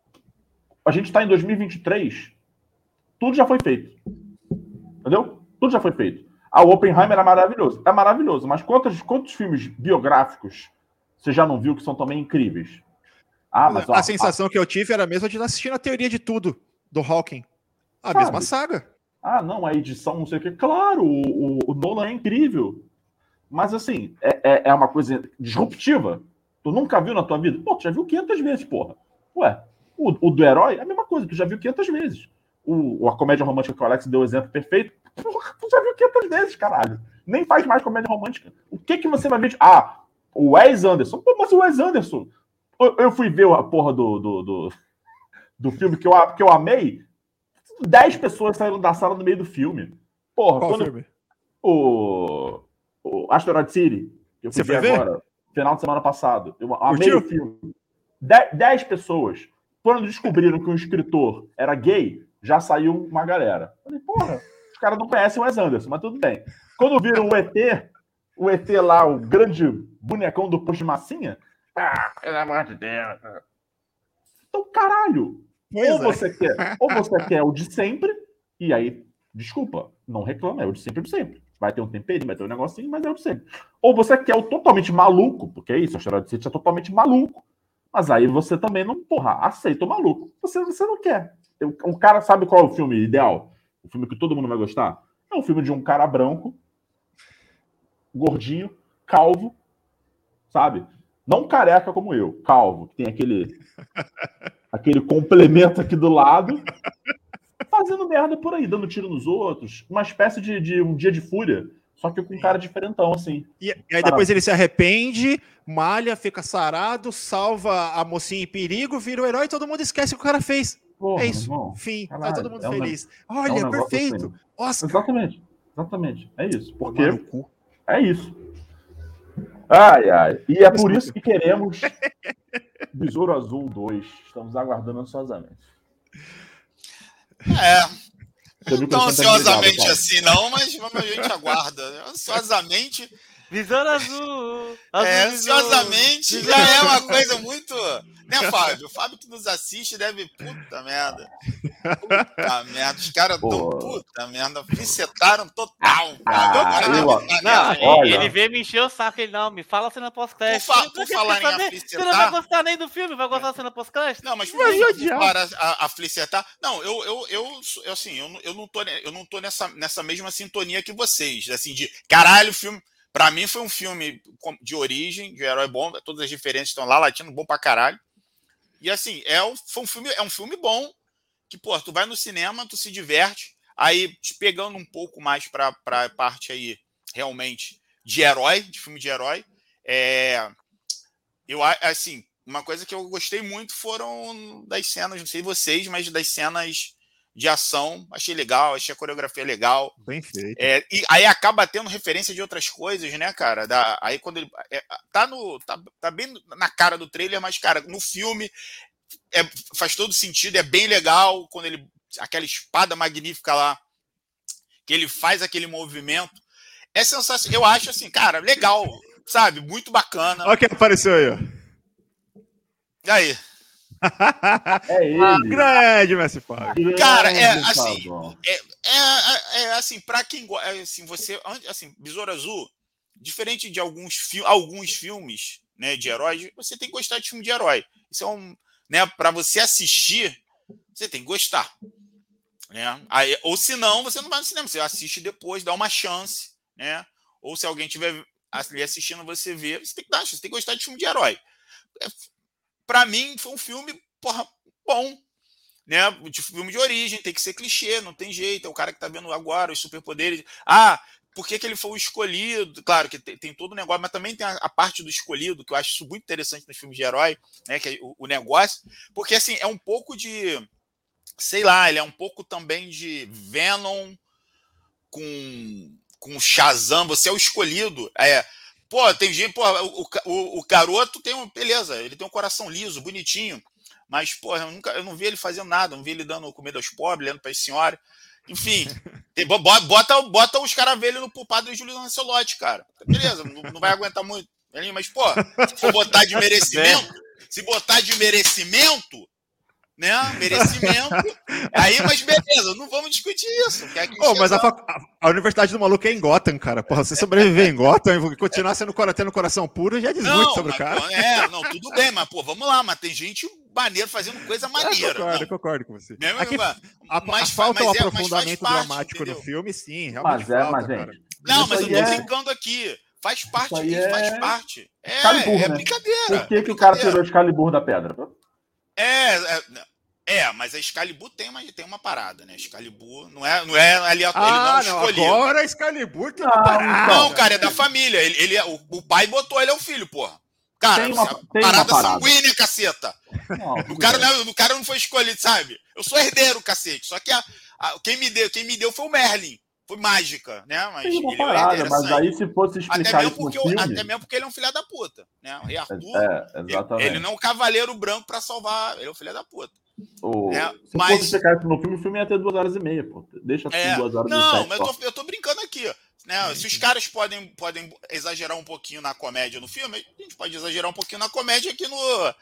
A gente tá em 2023, tudo já foi feito. Entendeu? Tudo já foi feito. O Oppenheimer é maravilhoso. É maravilhoso, mas quantos filmes biográficos você já não viu que são também incríveis? A sensação que eu tive era a mesma de estar assistindo a Teoria de Tudo, do Hawking. A mesma saga. Não, a edição, não sei o quê. Claro, o Nolan é incrível. Mas, assim, é uma coisa disruptiva. Tu nunca viu na tua vida? Pô, tu já viu 500 vezes, porra. Ué, o do herói é a mesma coisa, tu já viu 500 vezes. A comédia romântica que o Alex deu o exemplo perfeito, tu já viu 500 vezes, caralho. Nem faz mais comédia romântica. O que você vai ver? O Wes Anderson. Pô, mas o Wes Anderson... Eu fui ver a porra do filme que eu amei. 10 pessoas saíram da sala no meio do filme. Porra, qual filme? O Asteroid City, que eu fui ver agora, final de semana passado. Eu amei o filme. 10 pessoas. Quando descobriram que um escritor era gay, já saiu uma galera. Falei, porra, os caras não conhecem o Wes Anderson, mas tudo bem. Quando viram o ET lá, o grande bonecão do posto de massinha, pelo amor de Deus. Então, caralho. Ou você quer o de sempre, e aí, desculpa, não reclama, é o de sempre, Vai ter um temperinho, vai ter um negocinho, mas é o de sempre. Ou você quer o totalmente maluco, porque é isso, a Asteroid City é totalmente maluco. Mas aí você também não, aceita o maluco. Você não quer. O cara sabe qual é o filme ideal? O filme que todo mundo vai gostar? É um filme de um cara branco, gordinho, calvo, sabe? Não careca como eu, calvo, que tem aquele complemento aqui do lado, fazendo merda por aí, dando tiro nos outros, uma espécie de um dia de fúria, só que com um cara diferentão, assim. E aí depois ele se arrepende, malha, fica sarado, salva a mocinha em perigo, vira o herói e todo mundo esquece o que o cara fez. Porra, é isso, irmão, fim, caralho, tá todo mundo feliz. Olha, perfeito. Assim. Oscar. Exatamente. É isso. Tomar Porque no cu. é isso. Ai, ai. E é por isso que queremos Besouro Azul 2. Estamos aguardando ansiosamente. Você viu que Não eu sempre ligado, ansiosamente Paulo? assim, não, mas a gente aguarda. Ansiosamente. Besouro azul. Azul Ansiosamente besouro. já é uma coisa muito. Né, Fábio? O Fábio que nos assiste deve. Puta merda. Puta merda. Os caras tão. Puta merda. Vicetaram total. Ele veio me encher o saco. Ele não, me fala a cena pós-crédito. Por falar em aflicetar. Você não vai gostar nem do filme, vai gostar da cena pós-crédito? Não, mas para aflicetar. Não, eu não tô nessa mesma sintonia que vocês. Assim, de caralho, o filme. Pra mim foi um filme de origem, de herói bom, todas as referências estão lá, latino, bom pra caralho. E assim, é um filme bom, que, pô, tu vai no cinema, tu se diverte, aí te pegando um pouco mais pra parte aí, realmente, de herói, de filme de herói, eu, assim, uma coisa que eu gostei muito foram das cenas, não sei vocês, mas das cenas de ação, achei legal, achei a coreografia legal. Bem feito. E aí acaba tendo referência de outras coisas, né, cara? Aí quando ele. Tá bem na cara do trailer, mas, cara, no filme faz todo sentido, é bem legal. Quando ele. Aquela espada magnífica lá, que ele faz aquele movimento. É sensacional. Eu acho assim, cara, legal, sabe? Muito bacana. Olha quem apareceu aí, ó. E aí? É ele. Grande, Messi Fábio. Cara, assim, para quem gosta, assim, assim, Besouro Azul, diferente de alguns filmes, né, de heróis, você tem que gostar de filme de herói. Isso é né, para você assistir, você tem que gostar, né? Aí, ou se não, você não vai no cinema, você assiste depois, dá uma chance, né? Ou se alguém estiver ali assistindo, você vê, você tem que gostar de filme de herói. Pra mim, foi um filme, porra, bom, né? De filme de origem, tem que ser clichê, não tem jeito. É o cara que tá vendo agora os superpoderes. Por que ele foi o escolhido? Claro que tem todo o negócio, mas também tem a parte do escolhido, que eu acho isso muito interessante nos filmes de herói, né? Que é o negócio. Porque, assim, é um pouco de... Sei lá, ele é um pouco também de Venom com Shazam. Você é o escolhido. Pô, tem gente, pô, o garoto tem beleza, ele tem um coração liso, bonitinho, mas, pô, eu não vi ele fazendo nada, não vi ele dando comida aos pobres, lendo para as senhoras. Enfim, bota os caravelhos pro padre Júlio Lancelotti, cara. Beleza, não vai aguentar muito. Mas, pô, se botar de merecimento, né? Merecimento. Aí, mas beleza, não vamos discutir isso. Mas a Universidade do Maluco é em Gotham, cara. Porra, você sobreviver em Gotham e continuar tendo coração puro já diz muito sobre o cara. Não, tudo bem, mas, pô, vamos lá, mas tem gente maneira fazendo coisa maneira. Eu concordo com você. Mas falta o aprofundamento dramático no filme, sim, realmente falta, cara. Não, mas eu tô brincando aqui. Faz parte, faz parte. Excalibur, né? Brincadeira. Por que o cara tirou o Excalibur da pedra? Mas a Excalibur tem uma parada, né? Excalibur não é aleatório, ele não escolheu. Agora a Excalibur tem uma parada. Não, cara, é da família. O pai botou ele é o filho, porra. Cara, parada sanguínea, caceta. O cara não foi escolhido, sabe? Eu sou herdeiro, cacete. Só que quem me deu foi o Merlin. Foi mágica, né? Mas tem uma ele parada, mas aí se fosse explicar isso no filme... Até mesmo porque ele é um filho da puta, né? O Rei Arthur, exatamente. ele não é um cavaleiro branco pra salvar, ele é um filho da puta. Se fosse explicar isso no filme, o filme ia ter 2h30, pô. Deixa assim 2h17. Não, mas eu tô brincando aqui, né? Se os caras podem exagerar um pouquinho na comédia no filme, a gente pode exagerar um pouquinho na comédia aqui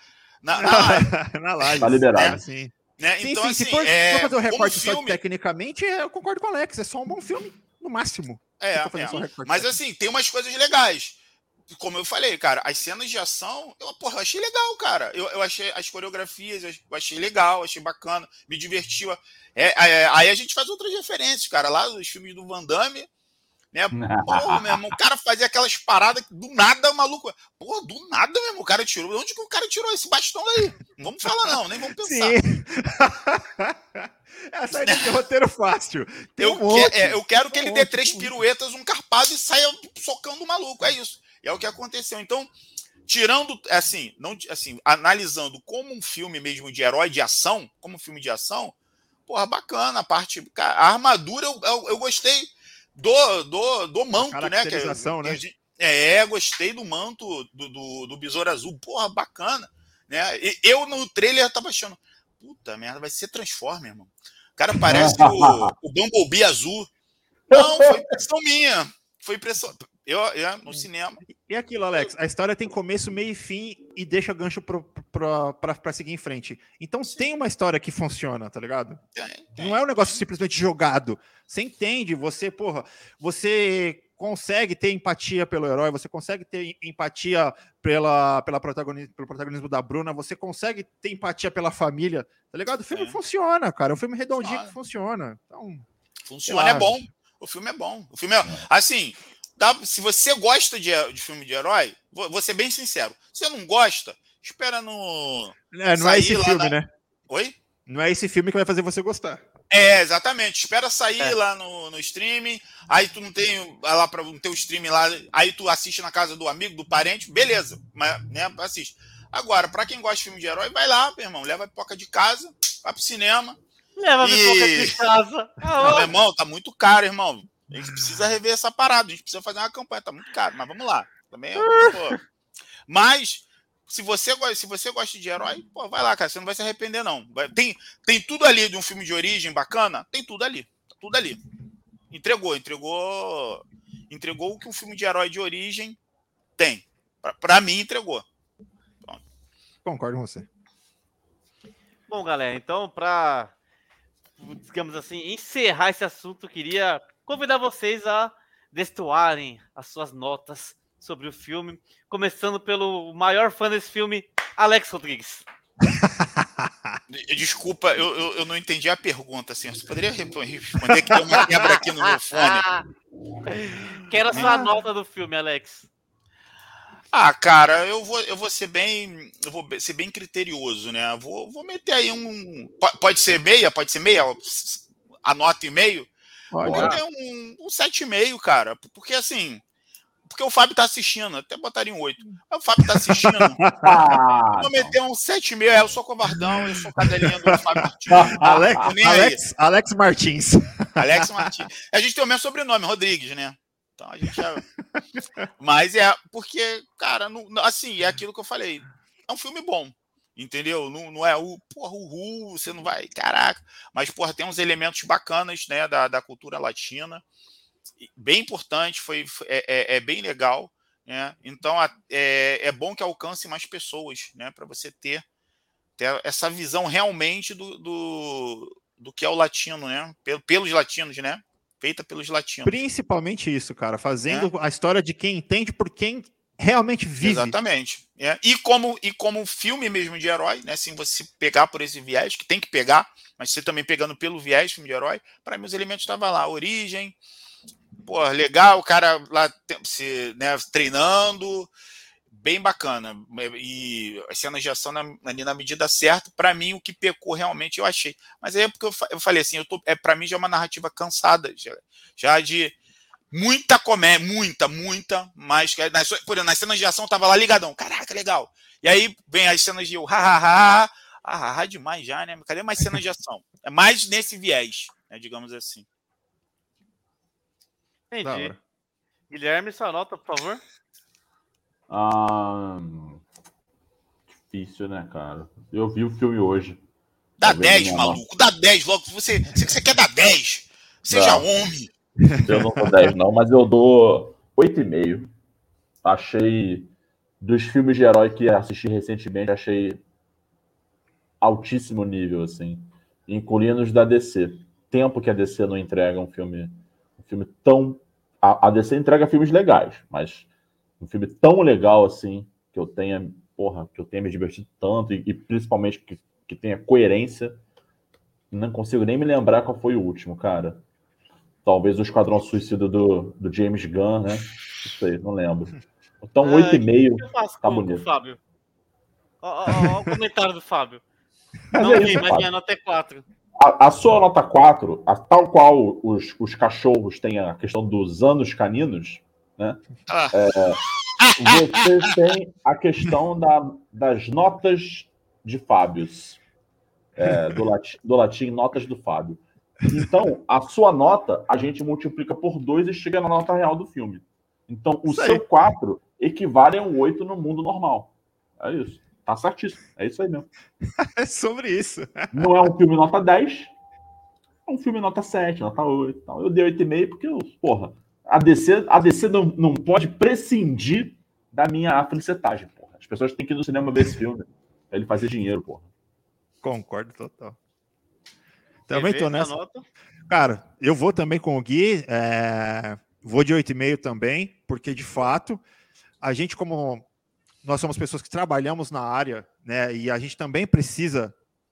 na live. Tá liberado. Né? Sim. Né? Então, sim, assim, se for fazer um recorte filme... só tecnicamente, eu concordo com o Alex, é só um bom filme, no máximo. Mas assim, tem umas coisas legais. Como eu falei, cara, as cenas de ação, eu achei legal, cara. Eu achei as coreografias, eu achei legal, achei bacana, me divertiu. Aí a gente faz outras referências, cara, lá dos filmes do Van Damme, né? Porra, meu irmão, o cara fazia aquelas paradas que do nada, maluco. Porra, do nada, meu irmão, o cara tirou. De onde que o cara tirou esse bastão aí? Não vamos falar, não, nem vamos pensar. Essa ideia de roteiro fácil. Eu quero que ele dê 3 piruetas, um carpado e saia socando o maluco. É isso. E é o que aconteceu. Então, tirando, assim, analisando como um filme mesmo de herói de ação, como um filme de ação, porra, bacana a parte. A armadura eu gostei do manto, né? Caracterização, né? Gostei do manto do Besouro Azul. Porra, bacana. Né? Eu no trailer tava achando, puta merda, vai ser Transformer, irmão. O cara parece o Bumblebee azul. Não, foi impressão minha. Foi impressão. Eu no cinema. E aquilo, Alex, a história tem começo, meio e fim e deixa gancho pra seguir em frente. Então tem uma história que funciona, tá ligado? Não é um negócio simplesmente jogado. Você entende, você consegue ter empatia pelo herói, você consegue ter empatia pelo protagonismo da Bruna, você consegue ter empatia pela família, tá ligado? O filme funciona, cara. É um filme redondinho que funciona. Então, funciona, é bom. O filme é bom. O filme é... Assim, se você gosta de filme de herói, vou ser bem sincero. Se você não gosta, espera no... não é esse filme, né? Oi? Não é esse filme que vai fazer você gostar. Exatamente. Espera sair lá no streaming, aí tu não tem lá para não ter o streaming lá, aí tu assiste na casa do amigo, do parente, beleza, mas, né, assiste. Agora, para quem gosta de filme de herói, vai lá, meu irmão, leva a pipoca de casa, vai pro cinema. Leva a pipoca de casa. Meu irmão, tá muito caro, irmão. A gente precisa rever essa parada, a gente precisa fazer uma campanha, tá muito caro, mas vamos lá. Também Mas se você gosta de herói, pô, vai lá, cara, você não vai se arrepender, não. Tem tudo ali de um filme de origem bacana, tem tudo ali. Tudo ali. Entregou o que um filme de herói de origem tem. Pra mim, entregou. Pronto. Concordo com você. Bom, galera, então, pra, digamos assim, encerrar esse assunto, eu queria convidar vocês a destoarem as suas notas sobre o filme, começando pelo maior fã desse filme, Alex Rodrigues. Desculpa, eu não entendi a pergunta, assim. Você poderia responder que tem uma quebra aqui no meu fone? Quero a sua nota do filme, Alex. Cara, eu vou ser bem criterioso, né? Vou meter aí pode ser meia? A nota e meio? Vou meter um 7,5, cara. Porque assim... Porque o Fábio tá assistindo, até botaria um 8. Mas o Fábio tá assistindo. Vou meter um 7,5. Eu sou covardão, eu sou cadelinha do Fábio Martins. Alex Martins. Alex Martins. A gente tem o mesmo sobrenome, Rodrigues, né? Então a gente já... Mas porque, cara, assim, é aquilo que eu falei. É um filme bom, entendeu? Não é você não vai, caraca. Mas, tem uns elementos bacanas, né, da cultura latina. Bem importante, é bem legal, né? Então é bom que alcance mais pessoas, né? Para você ter essa visão realmente do que é o latino, né? Pelos latinos, né? Feita pelos latinos. Principalmente isso, cara, fazendo a história de quem entende por quem realmente vive. Exatamente. E como filme mesmo de herói, né? Se você pegar por esse viés, que tem que pegar, mas você também pegando pelo viés filme de herói, para mim os elementos estavam lá, origem. Pô, legal, o cara lá treinando, bem bacana. E as cenas de ação ali na medida certa, para mim o que pecou realmente eu achei. Mas aí é porque eu falei assim, para mim já é uma narrativa cansada, já de muita comédia, muita, mas por exemplo, nas cenas de ação tava lá ligadão, caraca, legal. E aí vem as cenas de demais já, né? Cadê mais cenas de ação? É mais nesse viés, né, digamos assim. Entendi. Guilherme, sua nota, por favor. Difícil, né, cara? Eu vi o filme hoje. Dá 10, maluco. Dá 10 logo. Você quer dar 10. Seja homem. Eu não dou 10, não, mas eu dou 8,5. Achei, dos filmes de herói que assisti recentemente, achei altíssimo nível, assim. Incluindo os da DC. Tempo que a DC não entrega um filme tão... A DC entrega filmes legais, mas um filme tão legal assim, que eu tenha me divertido tanto, e principalmente que tenha coerência, não consigo nem me lembrar qual foi o último, cara. Talvez o Esquadrão Suicida do James Gunn, né? Não sei, não lembro. Então, 8,5 tá bonito. Fábio. Olha o comentário do Fábio. Mas não é vi, isso, mas minha nota é 4. A sua nota 4, tal qual os cachorros têm a questão dos anos caninos, né? Você tem a questão das notas de Fábios. Do latim, notas do Fábio. Então, a sua nota, a gente multiplica por 2 e chega na nota real do filme. Então, o Isso seu aí. 4 equivale a um 8 no mundo normal. É isso. Tá certíssimo. É isso aí mesmo. É sobre isso. Não é um filme nota 10, é um filme nota 7, nota 8. Então, eu dei 8,5 porque, porra, a DC não pode prescindir da minha aflicetagem, porra. As pessoas têm que ir no cinema ver esse filme. Pra ele fazer dinheiro, porra. Concordo total. Também TV, tô essa nessa. nota? Cara, eu vou também com o Gui. Vou de 8,5 também, porque de fato, a gente, como nós somos pessoas que trabalhamos na área, né? E a gente também precisa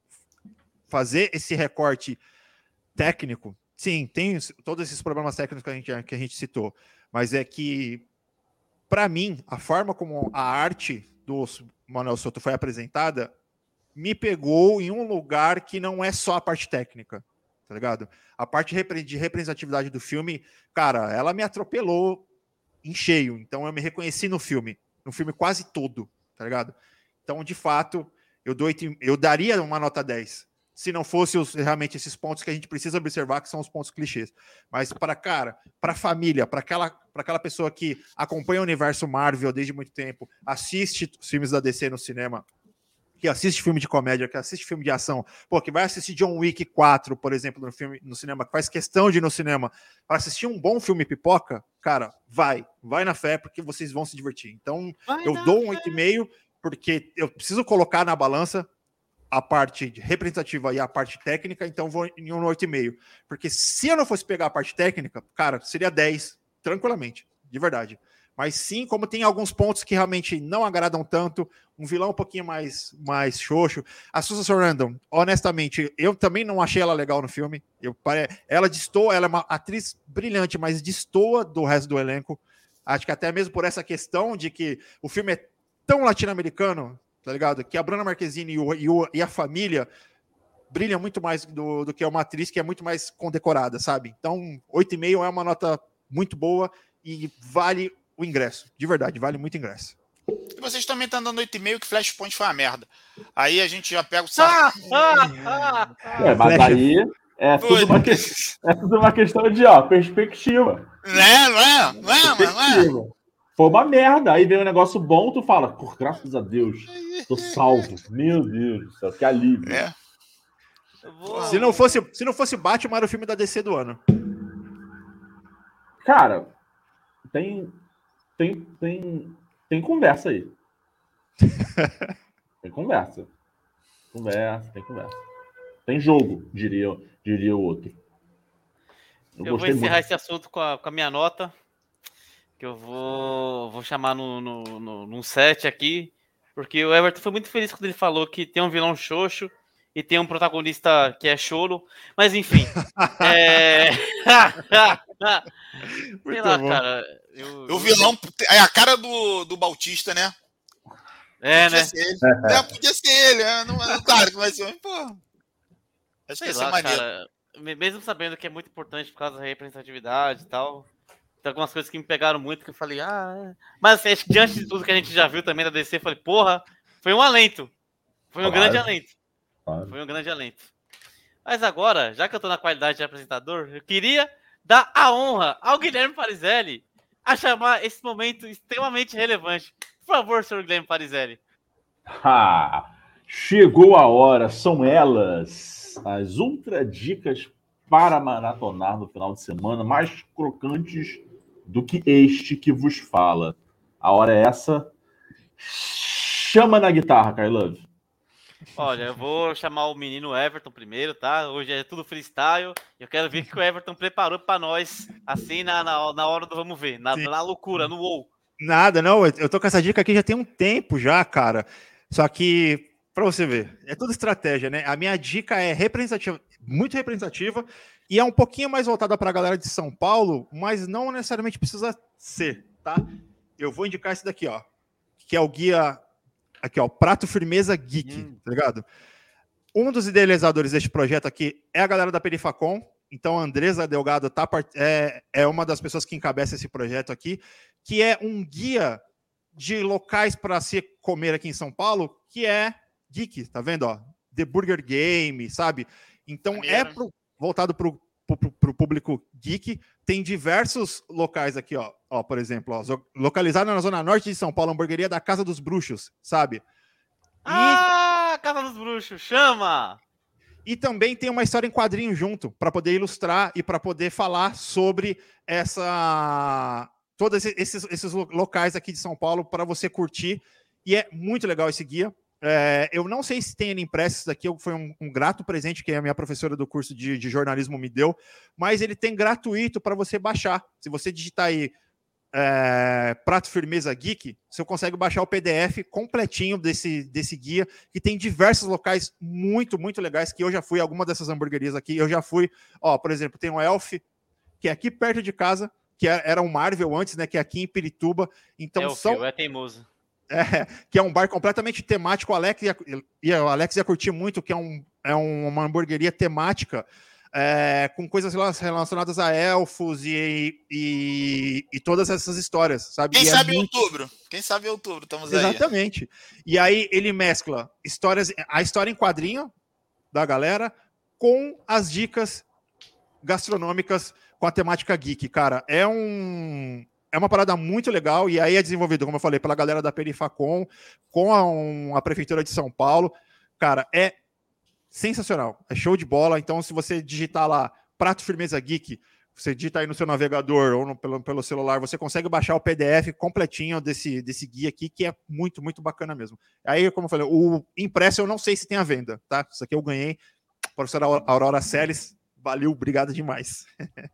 fazer esse recorte técnico. Sim, tem todos esses problemas técnicos que a gente citou, mas é que, para mim, a forma como a arte do Manuel Soto foi apresentada me pegou em um lugar que não é só a parte técnica, tá ligado? A parte de representatividade do filme, cara, ela me atropelou em cheio, então eu me reconheci no filme quase todo, tá ligado? Então, de fato, eu daria uma nota 10, se não fosse realmente esses pontos que a gente precisa observar, que são os pontos clichês. Mas para a família, para aquela pessoa que acompanha o universo Marvel desde muito tempo, assiste os filmes da DC no cinema, que assiste filme de comédia, que assiste filme de ação, que vai assistir John Wick 4, por exemplo, no cinema, que faz questão de ir no cinema para assistir um bom filme pipoca, cara, vai na fé, porque vocês vão se divertir. Então, eu dou um 8,5, porque eu preciso colocar na balança a parte representativa e a parte técnica, então vou em um 8,5. Porque se eu não fosse pegar a parte técnica, cara, seria 10, tranquilamente, de verdade. Mas sim, como tem alguns pontos que realmente não agradam tanto, um vilão um pouquinho mais xoxo. A Susan Sarandon, honestamente, eu também não achei ela legal no filme. Ela destoa, ela é uma atriz brilhante, mas destoa do resto do elenco. Acho que até mesmo por essa questão de que o filme é tão latino-americano, tá ligado? Que a Bruna Marquezine e a família brilham muito mais do que uma atriz que é muito mais condecorada, sabe? Então, 8,5 é uma nota muito boa e vale o ingresso. De verdade, vale muito ingresso. E vocês também estão dando 8,5 que Flashpoint foi uma merda. Aí a gente já pega o saco. Mas aí é tudo uma questão de perspectiva. Não é? Foi uma merda. Aí vem um negócio bom, tu fala, por graças a Deus, tô salvo. Meu Deus do céu, que alívio. É. Se não fosse Batman, era o filme da DC do ano. Cara, tem conversa aí. Tem conversa. Tem conversa. Tem jogo, diria o outro. Eu vou encerrar esse assunto com a minha nota, que eu vou chamar num 7 aqui, porque o Everton foi muito feliz quando ele falou que tem um vilão xoxo e tem um protagonista que é choro, mas enfim. Sei lá, bom. cara. O vilão é a cara do Bautista, né? Podia ser ele. Podia ser ele. Claro que vai ser. Pô. Acho que ia ser maneiro. Cara, mesmo sabendo que é muito importante por causa da representatividade e tal, tem algumas coisas que me pegaram muito que eu falei, Mas acho que diante de tudo que a gente já viu também da DC, eu falei, porra, foi um alento. Foi um grande alento. Foi um grande alento. Mas agora, já que eu tô na qualidade de apresentador, eu queria dar a honra ao Guilherme Parizelli a chamar esse momento extremamente relevante. Por favor, senhor Guilherme Parizelli. Chegou a hora, são elas, as ultra dicas para maratonar no final de semana, mais crocantes do que este que vos fala. A hora é essa. Chama na guitarra, Kailove. Olha, eu vou chamar o menino Everton primeiro, tá? Hoje é tudo freestyle. Eu quero ver o que o Everton preparou para nós, assim, na hora do vamos ver, na loucura, no WoW. Nada, não. Eu tô com essa dica aqui já tem um tempo já, cara. Só que, pra você ver, é tudo estratégia, né? A minha dica é representativa, muito representativa, e é um pouquinho mais voltada pra galera de São Paulo, mas não necessariamente precisa ser, tá? Eu vou indicar esse daqui, ó, que é o guia... Aqui, ó, Prato Firmeza Geek, tá ligado? Um dos idealizadores deste projeto aqui é a galera da Perifacom. Então, a Andresa Delgado é uma das pessoas que encabeça esse projeto aqui, que é um guia de locais para se comer aqui em São Paulo, que é geek, tá vendo? Ó? The Burger Game, sabe? Então, voltado para o público geek. Tem diversos locais aqui, ó, por exemplo, ó, localizado na zona norte de São Paulo, a hamburgueria da Casa dos Bruxos, sabe? Casa dos Bruxos, chama! E também tem uma história em quadrinho junto, para poder ilustrar e para poder falar sobre todos esses locais aqui de São Paulo para você curtir. E é muito legal esse guia. Eu não sei se tem ele impresso, isso daqui foi um grato presente que a minha professora do curso de jornalismo me deu, mas ele tem gratuito para você baixar. Se você digitar aí Prato Firmeza Geek, você consegue baixar o PDF completinho desse guia, que tem diversos locais muito, muito legais, que eu já fui, alguma dessas hamburguerias aqui, eu já fui, ó, por exemplo, tem o Elf, que é aqui perto de casa, que era um Marvel antes, né, que é aqui em Pirituba, então é teimoso. Que é um bar completamente temático, o Alex ia curtir muito, que é uma hamburgueria temática, com coisas relacionadas a elfos e todas essas histórias, sabe? Quem sabe em outubro, estamos aí. Exatamente. E aí ele mescla a história em quadrinho da galera com as dicas gastronômicas com a temática geek, cara. É uma parada muito legal, e aí é desenvolvido, como eu falei, pela galera da Perifacom, com a Prefeitura de São Paulo. Cara, é sensacional, é show de bola. Então, se você digitar lá Prato Firmeza Geek, você digita aí no seu navegador ou pelo celular, você consegue baixar o PDF completinho desse guia aqui, que é muito, muito bacana mesmo. Aí, como eu falei, o impresso eu não sei se tem à venda, tá? Isso aqui eu ganhei. Professora Aurora Celes, valeu, obrigado demais.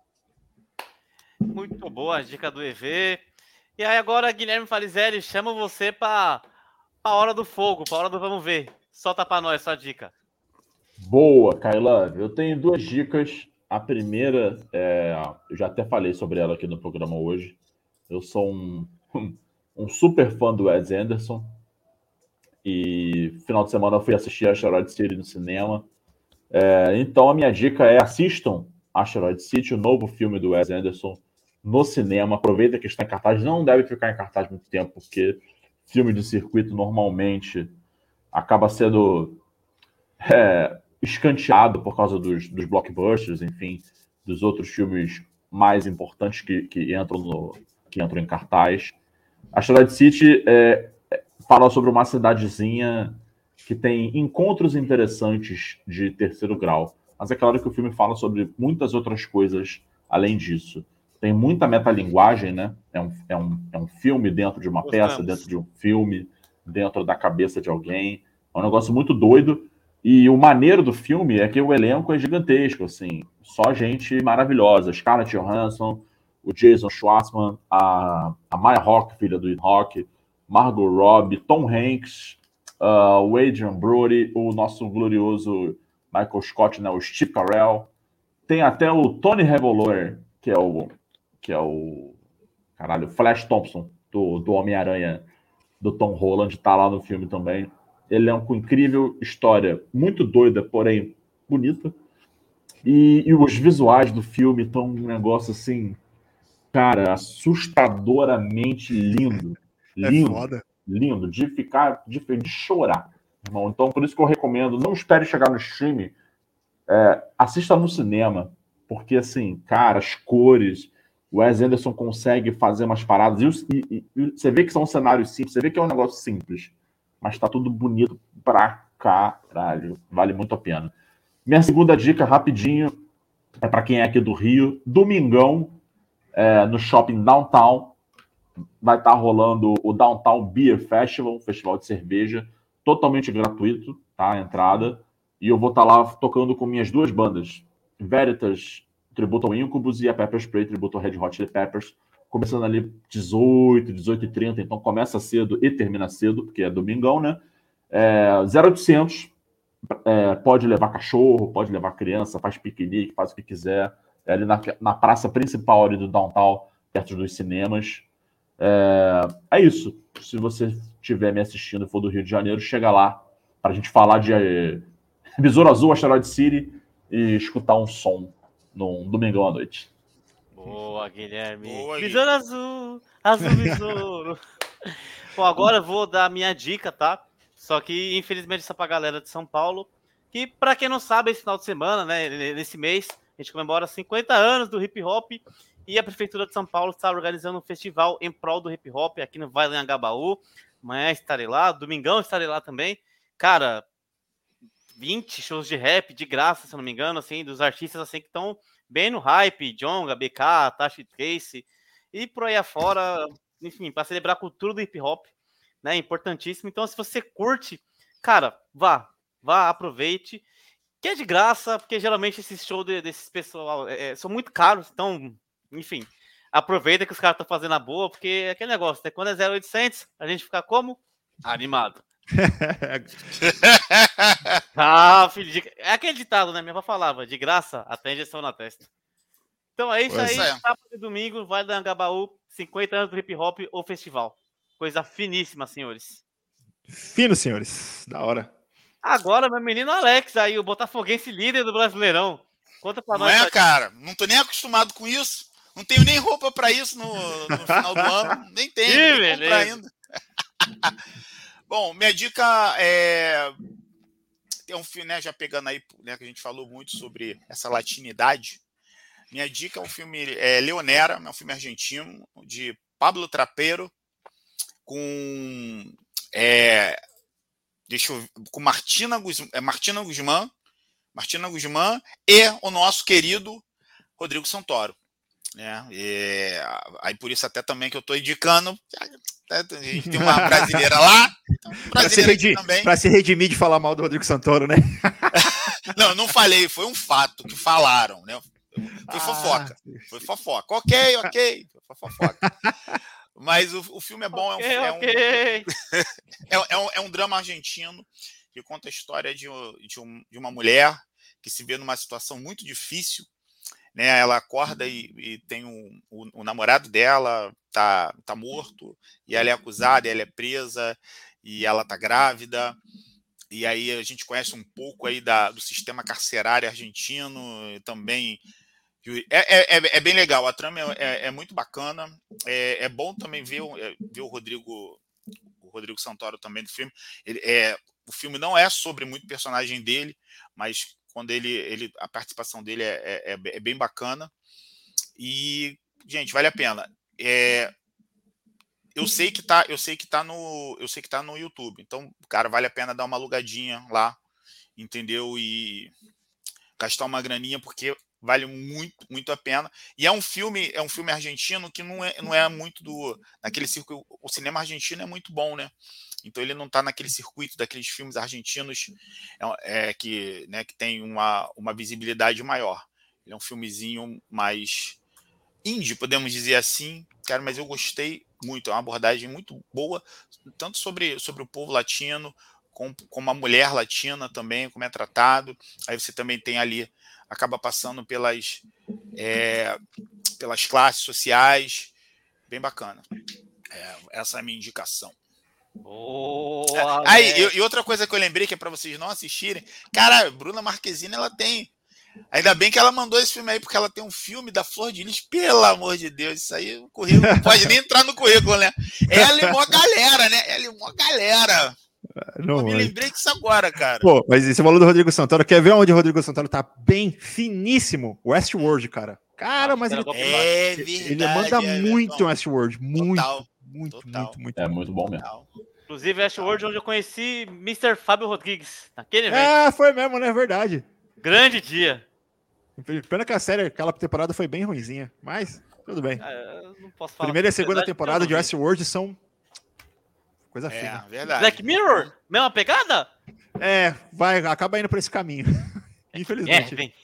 Muito boa a dica do EV. E aí agora, Guilherme Falizelli, chama você para a hora do fogo, para a hora do vamos ver. Solta para nós sua dica. Boa, Kaila. Eu tenho 2 dicas. A primeira, eu já até falei sobre ela aqui no programa hoje. Eu sou um super fã do Wes Anderson. E final de semana eu fui assistir Asteroid City no cinema. Então a minha dica é: assistam Asteroid City, o novo filme do Wes Anderson, no cinema. Aproveita que está em cartaz. Não deve ficar em cartaz muito tempo, porque filme de circuito normalmente acaba sendo escanteado por causa dos blockbusters, enfim, dos outros filmes mais importantes que entram em cartaz. Asteroid City fala sobre uma cidadezinha que tem encontros interessantes de terceiro grau. Mas é claro que o filme fala sobre muitas outras coisas além disso. Tem muita metalinguagem, né? É um filme dentro de uma peça, dentro de um filme, dentro da cabeça de alguém. É um negócio muito doido. E o maneiro do filme é que o elenco é gigantesco, assim. Só gente maravilhosa. Scarlett Johansson, o Jason Schwartzman, a Maya Hawke, filha do Ethan Hawke, Margot Robbie, Tom Hanks, o Adrian Brody, o nosso glorioso Michael Scott, né, o Steve Carell. Tem até o Tony Revolver, que é o Flash Thompson, do Homem-Aranha, do Tom Holland, tá lá no filme também. Elenco incrível, história muito doida, porém bonita. E os visuais do filme estão um negócio assim, cara, assustadoramente lindo. Lindo. Foda. Lindo, de chorar, irmão. Então, por isso que eu recomendo, não espere chegar no streaming, assista no cinema, porque assim, cara, as cores, o Wes Anderson consegue fazer umas paradas, e você vê que são cenários simples, você vê que é um negócio simples, mas tá tudo bonito pra caralho, vale muito a pena. Minha segunda dica, rapidinho, é para quem é aqui do Rio, domingão, no Shopping Downtown, vai estar rolando o Downtown Beer Festival, festival de cerveja, totalmente gratuito, tá, a entrada, e eu vou estar lá tocando com minhas 2 bandas, Veritas, tributo ao Incubus, e a Pepper Spray, tributo ao Red Hot Chili Peppers, começando ali 18h30, então começa cedo e termina cedo, porque é domingão, né? 0800, pode levar cachorro, pode levar criança, faz piquenique, faz o que quiser, ali na praça principal ali do Downtown, perto dos cinemas. É isso. Se você estiver me assistindo e for do Rio de Janeiro, chega lá para a gente falar de Besouro Azul, Asteroid City e escutar um som num domingão à noite. Boa, Guilherme. Boa, Besouro azul, azul besouro. Bom, agora eu vou dar a minha dica, tá? Só que, infelizmente, isso é pra galera de São Paulo. que, para quem não sabe, esse final de semana, né, nesse mês, a gente comemora 50 anos do hip hop e a Prefeitura de São Paulo está organizando um festival em prol do hip hop aqui no Vale do Anhangabaú. Amanhã estarei lá, domingão estarei lá também. Cara, 20 shows de rap de graça, se eu não me engano, assim, dos artistas assim que estão bem no hype, Djonga, BK, Tashi Trace e por aí afora, enfim, para celebrar a cultura do hip hop, né? Importantíssimo. Então, se você curte, cara, vá, aproveite. Que é de graça, porque geralmente esses shows desses pessoal são muito caros, então, enfim, aproveita que os caras estão fazendo a boa, porque é aquele negócio, né? Quando é 0800, a gente fica como? Animado. Filho, é aquele ditado, né? Minha avó falava, de graça, até injeção na testa. Então é isso aí, sábado e domingo, vai da Anhangabaú, 50 anos do hip hop ou festival. Coisa finíssima, senhores. Fino, senhores. Da hora. Agora, meu menino Alex, aí, o botafoguense líder do Brasileirão. Conta pra nós. Não é, cara? Não tô nem acostumado com isso. Não tenho nem roupa pra isso no final do ano. Nem tenho, nem comprar ainda. Bom, minha dica é um filme, né, já pegando aí, né, que a gente falou muito sobre essa latinidade. Minha dica é um filme Leonera, é um filme argentino, de Pablo Trapero, com Martina Guzmán e o nosso querido Rodrigo Santoro. Né? Aí por isso até também que eu estou indicando. A gente tem uma brasileira lá. Para se redimir de falar mal do Rodrigo Santoro, né? Não, eu não falei, foi um fato que falaram, né? Foi fofoca. Foi fofoca. Ok. Foi fofoca. Mas o filme é bom, é um drama argentino que conta a história de uma mulher que se vê numa situação muito difícil, né? Ela acorda e tem o namorado dela tá morto, e ela é acusada, ela é presa, e ela tá grávida, e aí a gente conhece um pouco aí do sistema carcerário argentino também. É bem legal, a trama é muito bacana, é bom também ver o Rodrigo Santoro também do filme. O filme não é sobre muito personagem dele, mas quando a participação dele é bem bacana. E, gente, vale a pena. Eu sei que tá no YouTube, então, cara, vale a pena dar uma alugadinha lá, entendeu? E gastar uma graninha, porque vale muito, muito a pena. E é um filme argentino que não é muito naquele circuito. O cinema argentino é muito bom, né? Então ele não está naquele circuito daqueles filmes argentinos que tem uma visibilidade maior. Ele é um filmezinho mais indie, podemos dizer assim, cara, mas eu gostei muito. É uma abordagem muito boa, tanto sobre o povo latino, como a mulher latina também, como é tratado. Aí você também tem ali, acaba passando pelas classes sociais, bem bacana. Essa é a minha indicação. E outra coisa que eu lembrei, que é para vocês não assistirem, cara, Bruna Marquezine, ela tem, ainda bem que ela mandou esse filme aí, porque ela tem um filme da Flor de Lis, pelo amor de Deus, isso aí o currículo não pode nem entrar no currículo, né? Ela e uma galera, né? Não, eu me lembrei disso agora, cara. Pô, mas você falou do Rodrigo Santoro, quer ver onde o Rodrigo Santoro tá bem finíssimo? Westworld, cara. Cara, mas ele manda muito Westworld, muito. Muito. É muito bom mesmo. Inclusive, Westworld, onde eu conheci Mr. Fábio Rodrigues, naquele evento. Foi mesmo, né? Verdade. Grande dia. Pena que a série, aquela temporada foi bem ruinzinha, mas tudo bem. Não posso falar. Primeira e segunda temporada de Westworld são coisa fina. Verdade. Black Mirror? Mesma pegada? Acaba indo por esse caminho. Infelizmente.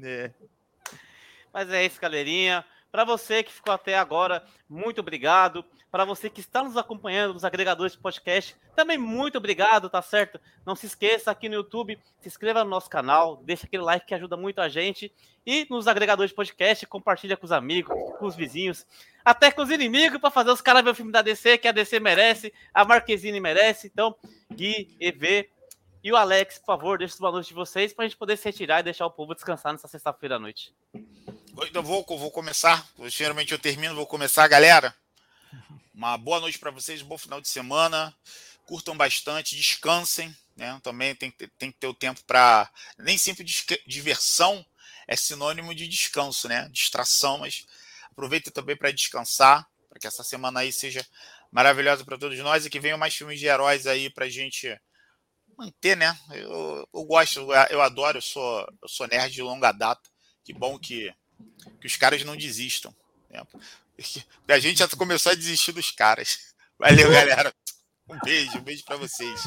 Mas é isso, galerinha. Para você que ficou até agora, muito obrigado. Para você que está nos acompanhando nos agregadores de podcast, também muito obrigado, tá certo? Não se esqueça, aqui no YouTube, se inscreva no nosso canal, deixa aquele like que ajuda muito a gente. E nos agregadores de podcast, compartilha com os amigos, com os vizinhos, até com os inimigos, para fazer os caras ver o filme da DC, que a DC merece, a Marquezine merece. Então, Gui, EV e o Alex, por favor, deixe os boa noite de vocês, para a gente poder se retirar e deixar o povo descansar nessa sexta-feira à noite. Então vou começar. Geralmente eu termino, vou começar, galera. Uma boa noite para vocês, um bom final de semana. Curtam bastante, descansem, né? Também tem que ter o tempo para... Nem sempre diversão é sinônimo de descanso, né? Distração, mas aproveita também para descansar, para que essa semana aí seja maravilhosa para todos nós e que venham mais filmes de heróis aí para a gente manter, né? Eu gosto, eu adoro, eu sou nerd de longa data. Que bom que os caras não desistam, né? A gente já começou a desistir dos caras. Valeu, galera. Um beijo para vocês.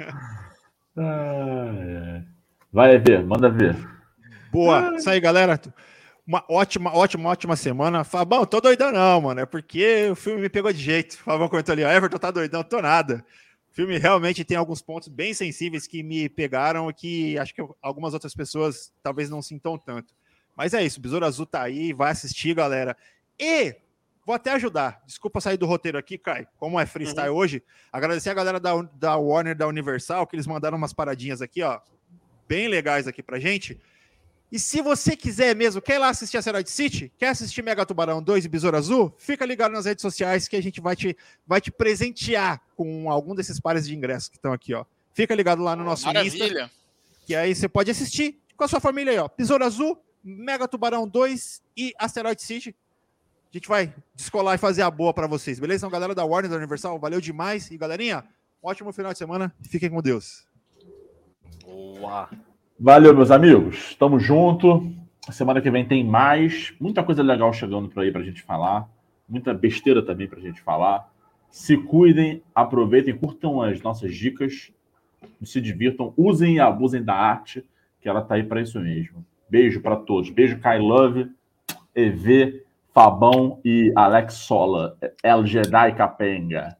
Vai ver, manda ver. Boa, isso aí, galera. Uma ótima semana. Fabão, tô doidão não, mano. É porque o filme me pegou de jeito. Fabão comentou ali, ó, Everton tá doidão, tô nada. O filme realmente tem alguns pontos bem sensíveis que me pegaram e que acho que algumas outras pessoas talvez não sintam tanto. Mas é isso, o Besouro Azul tá aí, vai assistir, galera. E vou até ajudar. Desculpa sair do roteiro aqui, Kai. Como é freestyle hoje, agradecer a galera da Warner, da Universal, que eles mandaram umas paradinhas aqui, ó, bem legais aqui pra gente. E se você quiser mesmo, quer ir lá assistir Asteroid City, quer assistir Mega Tubarão 2 e Besouro Azul, fica ligado nas redes sociais que a gente vai te presentear com algum desses pares de ingressos que estão aqui, ó. Fica ligado lá no nosso Insta, que aí você pode assistir com a sua família aí, ó. Besouro Azul, Mega Tubarão 2 e Asteroid City. A gente vai descolar e fazer a boa para vocês, beleza? Então, galera da Warner, da Universal, valeu demais. E, galerinha, um ótimo final de semana. Fiquem com Deus. Boa. Valeu, meus amigos. Tamo junto. Semana que vem tem mais. Muita coisa legal chegando por aí pra gente falar. Muita besteira também pra gente falar. Se cuidem, aproveitem, curtam as nossas dicas. Se divirtam, usem e abusem da arte, que ela tá aí pra isso mesmo. Beijo pra todos. Beijo, Kai Love, EV, Fabão e Alex Sola. El Jedi Capenga.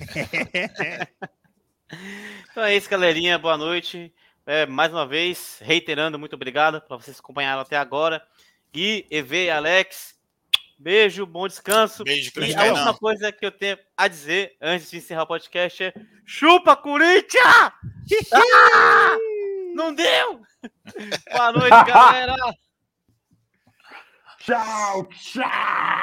Então é isso, galerinha. Boa noite. Mais uma vez, reiterando, muito obrigado para vocês acompanharam até agora. Gui, EV e Alex, beijo, bom descanso. Beijo, e a última coisa que eu tenho a dizer antes de encerrar o podcast é: chupa, Corinthians! Não deu! Boa noite, galera! Tchau, tchau!